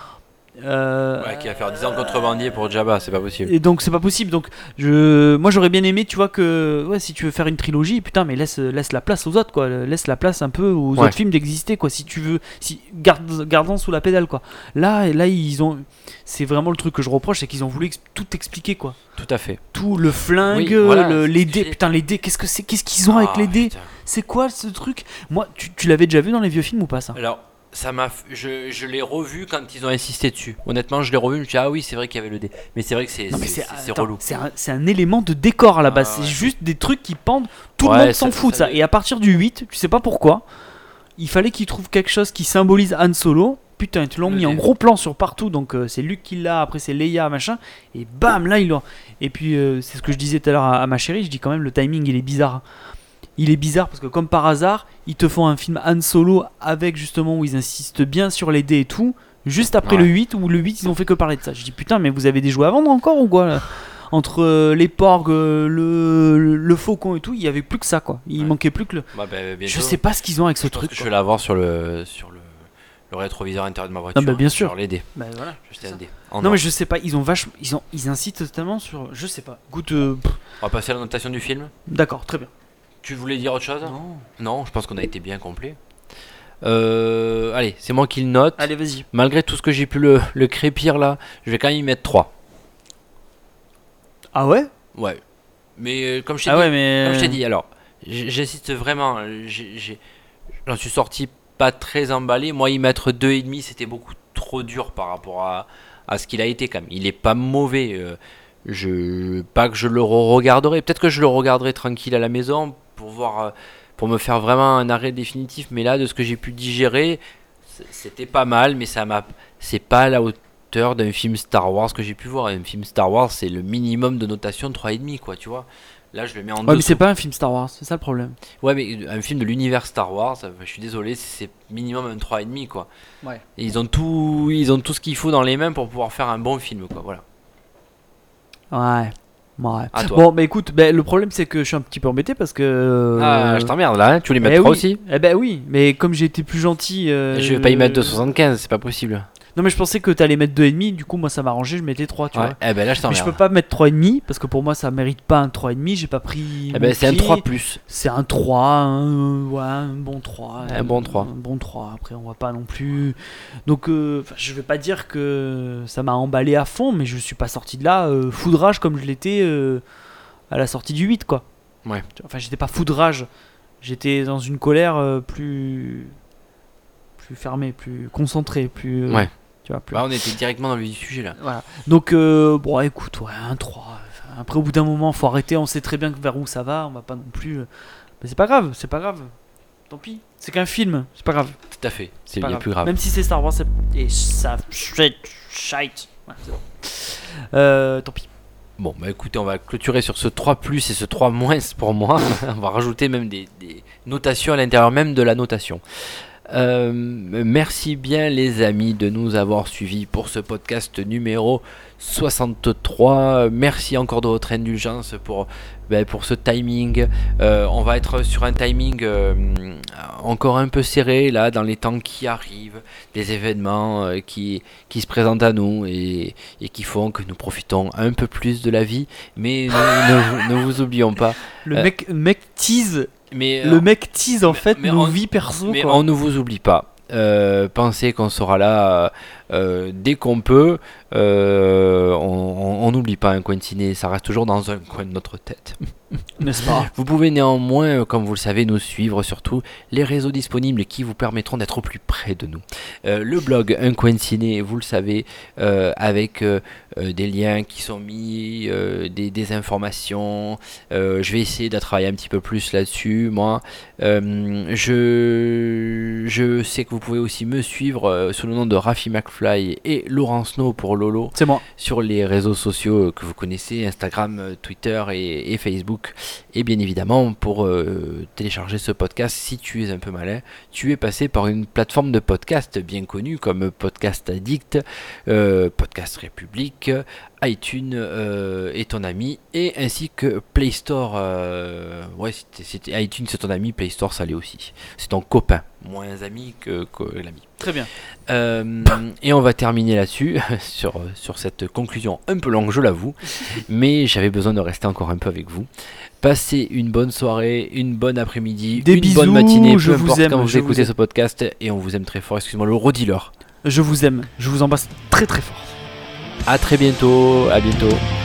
Euh, Ouais, qui va faire dix ans de contrebandier pour Jabba, c'est pas possible. et donc c'est pas possible. Donc je, moi j'aurais bien aimé, tu vois, que ouais, si tu veux faire une trilogie, putain, mais laisse, laisse la place aux autres, quoi. Laisse la place un peu aux Ouais. autres films d'exister, quoi. Si tu veux, si garde, gardant sous la pédale, quoi. Là, là ils ont, c'est vraiment le truc que je reproche, c'est qu'ils ont voulu ex- tout expliquer, quoi. Tout à fait. Tout le flingue, Oui, voilà, le- c'est les ce que dés, j'ai- putain les dés, qu'est-ce que c'est, qu'est-ce qu'ils ont avec Ah, les dés? putain. C'est quoi ce truc? Moi, tu, tu l'avais déjà vu dans les vieux films ou pas ça? Alors, ça m'a, f- je, je l'ai revu quand ils ont insisté dessus. Honnêtement, je l'ai revu, je me suis dit, ah oui, c'est vrai qu'il y avait le dé. Mais c'est vrai que c'est, Non mais c'est, c'est, c'est- c'est attends, relou. c'est un, c'est un élément de décor à la base, Ah, ouais. c'est juste des trucs qui pendent, tout Ouais, le monde ça- s'en fout de ça- ça. Et à partir du huit, tu sais pas pourquoi, il fallait qu'ils trouvent quelque chose qui symbolise Han Solo. Putain, ils te l'ont Le mis dé. en gros plan sur partout, donc euh, c'est Luke qui l'a, après c'est Leia, machin, et bam, là ils l'ont. Et puis euh, c'est ce que je disais tout à l'heure à, à ma chérie, je dis quand même le timing il est bizarre. Il est bizarre parce que comme par hasard, ils te font un film Han Solo avec justement où ils insistent bien sur les dés et tout, juste après Ouais. le huit, où le huit ils ont fait que parler de ça. Je dis putain, mais vous avez des jouets à vendre encore ou quoi là? Entre euh, les porgs, euh, le, le, le faucon et tout, il y avait plus que ça, quoi. Il Ouais. manquait plus que le. Bah, bah, bientôt. Je sais pas ce qu'ils ont avec ce Je pense truc. que je quoi. vais l'avoir sur le, sur le, le rétroviseur intérieur de ma voiture. bah, bien sûr. Sur les dés. Bah, voilà. Je jeter un dé. En Non or. mais je sais pas, ils ont vachement, ils ont, ils incitent totalement sur, je sais pas. Goûte, euh, pff, On va passer à la notation du film. d'accord, très bien. Tu voulais dire autre chose? Non. Non, je pense qu'on a été bien complet. Euh, allez, c'est moi qui le note. Allez, vas-y. Malgré tout ce que j'ai pu le, le crépir là, je vais quand même y mettre trois. Ah ouais? Ouais. Mais euh, comme je t'ai Ah dit, ouais, mais. comme je t'ai dit, alors, j- j'insiste vraiment. j'ai- j'ai- J'en suis sorti pas très emballé. Moi, y mettre deux et demi, c'était beaucoup trop dur par rapport à, à ce qu'il a été quand même. Il est pas mauvais. euh, je pas que je le regarderai. Peut-être que je le regarderai tranquille à la maison pour voir, euh, pour me faire vraiment un arrêt définitif. Mais là, de ce que j'ai pu digérer, c- c'était pas mal, mais ça m'a, c'est pas à la hauteur d'un film Star Wars que j'ai pu voir. Un film Star Wars, c'est le minimum de notation de trois et demi, quoi, tu vois. Là, je le mets en Ouais, mais dessous. c'est pas un film Star Wars, c'est ça le problème. Ouais, mais un film de l'univers Star Wars, euh, je suis désolé, c'est minimum un trois et demi, quoi. Ouais. Et ils ont tout, ils ont tout ce qu'il faut dans les mains pour pouvoir faire un bon film, quoi. Voilà. Ouais. Ouais. À toi. Bon, bah écoute, bah, le problème c'est que je suis un petit peu embêté parce que. euh, Ah, je t'emmerde là, hein. Tu voulais mettre eh trois oui. aussi. Eh ben oui, mais comme j'ai été plus gentil. euh, Je vais pas y mettre deux soixante-quinze, c'est pas possible. Non, mais je pensais que t'allais mettre deux virgule cinq, du coup, moi ça m'arrangeait, je mettais trois, tu Ouais. vois. Eh ben là, je Mais t'emmerde. je peux pas mettre trois virgule cinq parce que pour moi ça mérite pas un trois virgule cinq, j'ai pas pris. Eh ben mon c'est un pied. trois plus. C'est un trois, un, ouais, un bon trois. Un bon trois. Un bon trois, après on va pas non plus. Donc euh, 'fin, je vais pas dire que ça m'a emballé à fond, mais je suis pas sorti de là euh, foudrage comme je l'étais euh, à la sortie du huit, quoi. Ouais. Enfin, j'étais pas foudrage, j'étais dans une colère euh, plus. plus fermée, plus concentrée, plus. euh, Ouais. Tu vois, plus. Bah, on était directement dans le vif du sujet là. Voilà. Donc, euh, bon, écoute, ouais, un trois. Enfin, après, au bout d'un moment, faut arrêter. On sait très bien vers où ça va. On va pas non plus. euh, Mais c'est pas grave, c'est pas grave. tant pis. C'est qu'un film, c'est pas grave. Tout à fait, c'est pas bien grave. plus grave. Même si c'est Star Wars, c'est... et ça shit, shite. Ouais, c'est bon. Euh, tant pis. Bon, bah écoutez, on va clôturer sur ce trois plus et ce trois moins pour moi. On va rajouter même des, des notations à l'intérieur même de la notation. Euh, merci bien les amis de nous avoir suivis pour ce podcast numéro soixante-trois. Merci encore de votre indulgence pour, ben, pour ce timing. Euh, on va être sur un timing euh, encore un peu serré là dans les temps qui arrivent, des événements euh, qui, qui se présentent à nous et, et qui font que nous profitons un peu plus de la vie. Mais ne, ne, ne vous oublions pas. Le euh, mec, mec tease. Mais, le euh, mec tease en mais, fait mais nos on, vies perso. Mais quoi. on ne vous oublie pas. Euh, pensez qu'on sera là euh, dès qu'on peut. Euh, on n'oublie pas un coin de ciné, ça reste toujours dans un coin de notre tête. N'est-ce pas ? Vous pouvez néanmoins, comme vous le savez, nous suivre sur tous les réseaux disponibles qui vous permettront d'être au plus près de nous. Euh, le blog Un Coin de Ciné, vous le savez, euh, avec euh, euh, des liens qui sont mis, euh, des, des informations. Euh, je vais essayer de travailler un petit peu plus là-dessus, moi. Euh, je, je sais que vous pouvez aussi me suivre euh, sous le nom de Rafi McFly et Laurent Snow pour Lolo. C'est moi. Sur les réseaux sociaux que vous connaissez, Instagram, Twitter et, et Facebook. Et bien évidemment, pour euh, télécharger ce podcast, si tu es un peu malin, tu es passé par une plateforme de podcast bien connue comme Podcast Addict, euh, Podcast République, iTunes euh, est ton ami, et ainsi que Play Store. Euh, ouais, c'était, c'était iTunes c'est ton ami, Play Store ça l'est aussi. C'est ton copain, moins ami que, que l'ami. Très bien. Euh, et on va terminer là-dessus, sur, sur cette conclusion un peu longue, je l'avoue, mais j'avais besoin de rester encore un peu avec vous. Passez une bonne soirée, une bonne après-midi, Des une bisous, bonne matinée, je peu vous importe aime, quand vous je écoutez vous ce podcast, et on vous aime très fort. Excusez-moi, le redis-leur. Je vous aime, je vous embrasse très très fort. À très bientôt, à bientôt.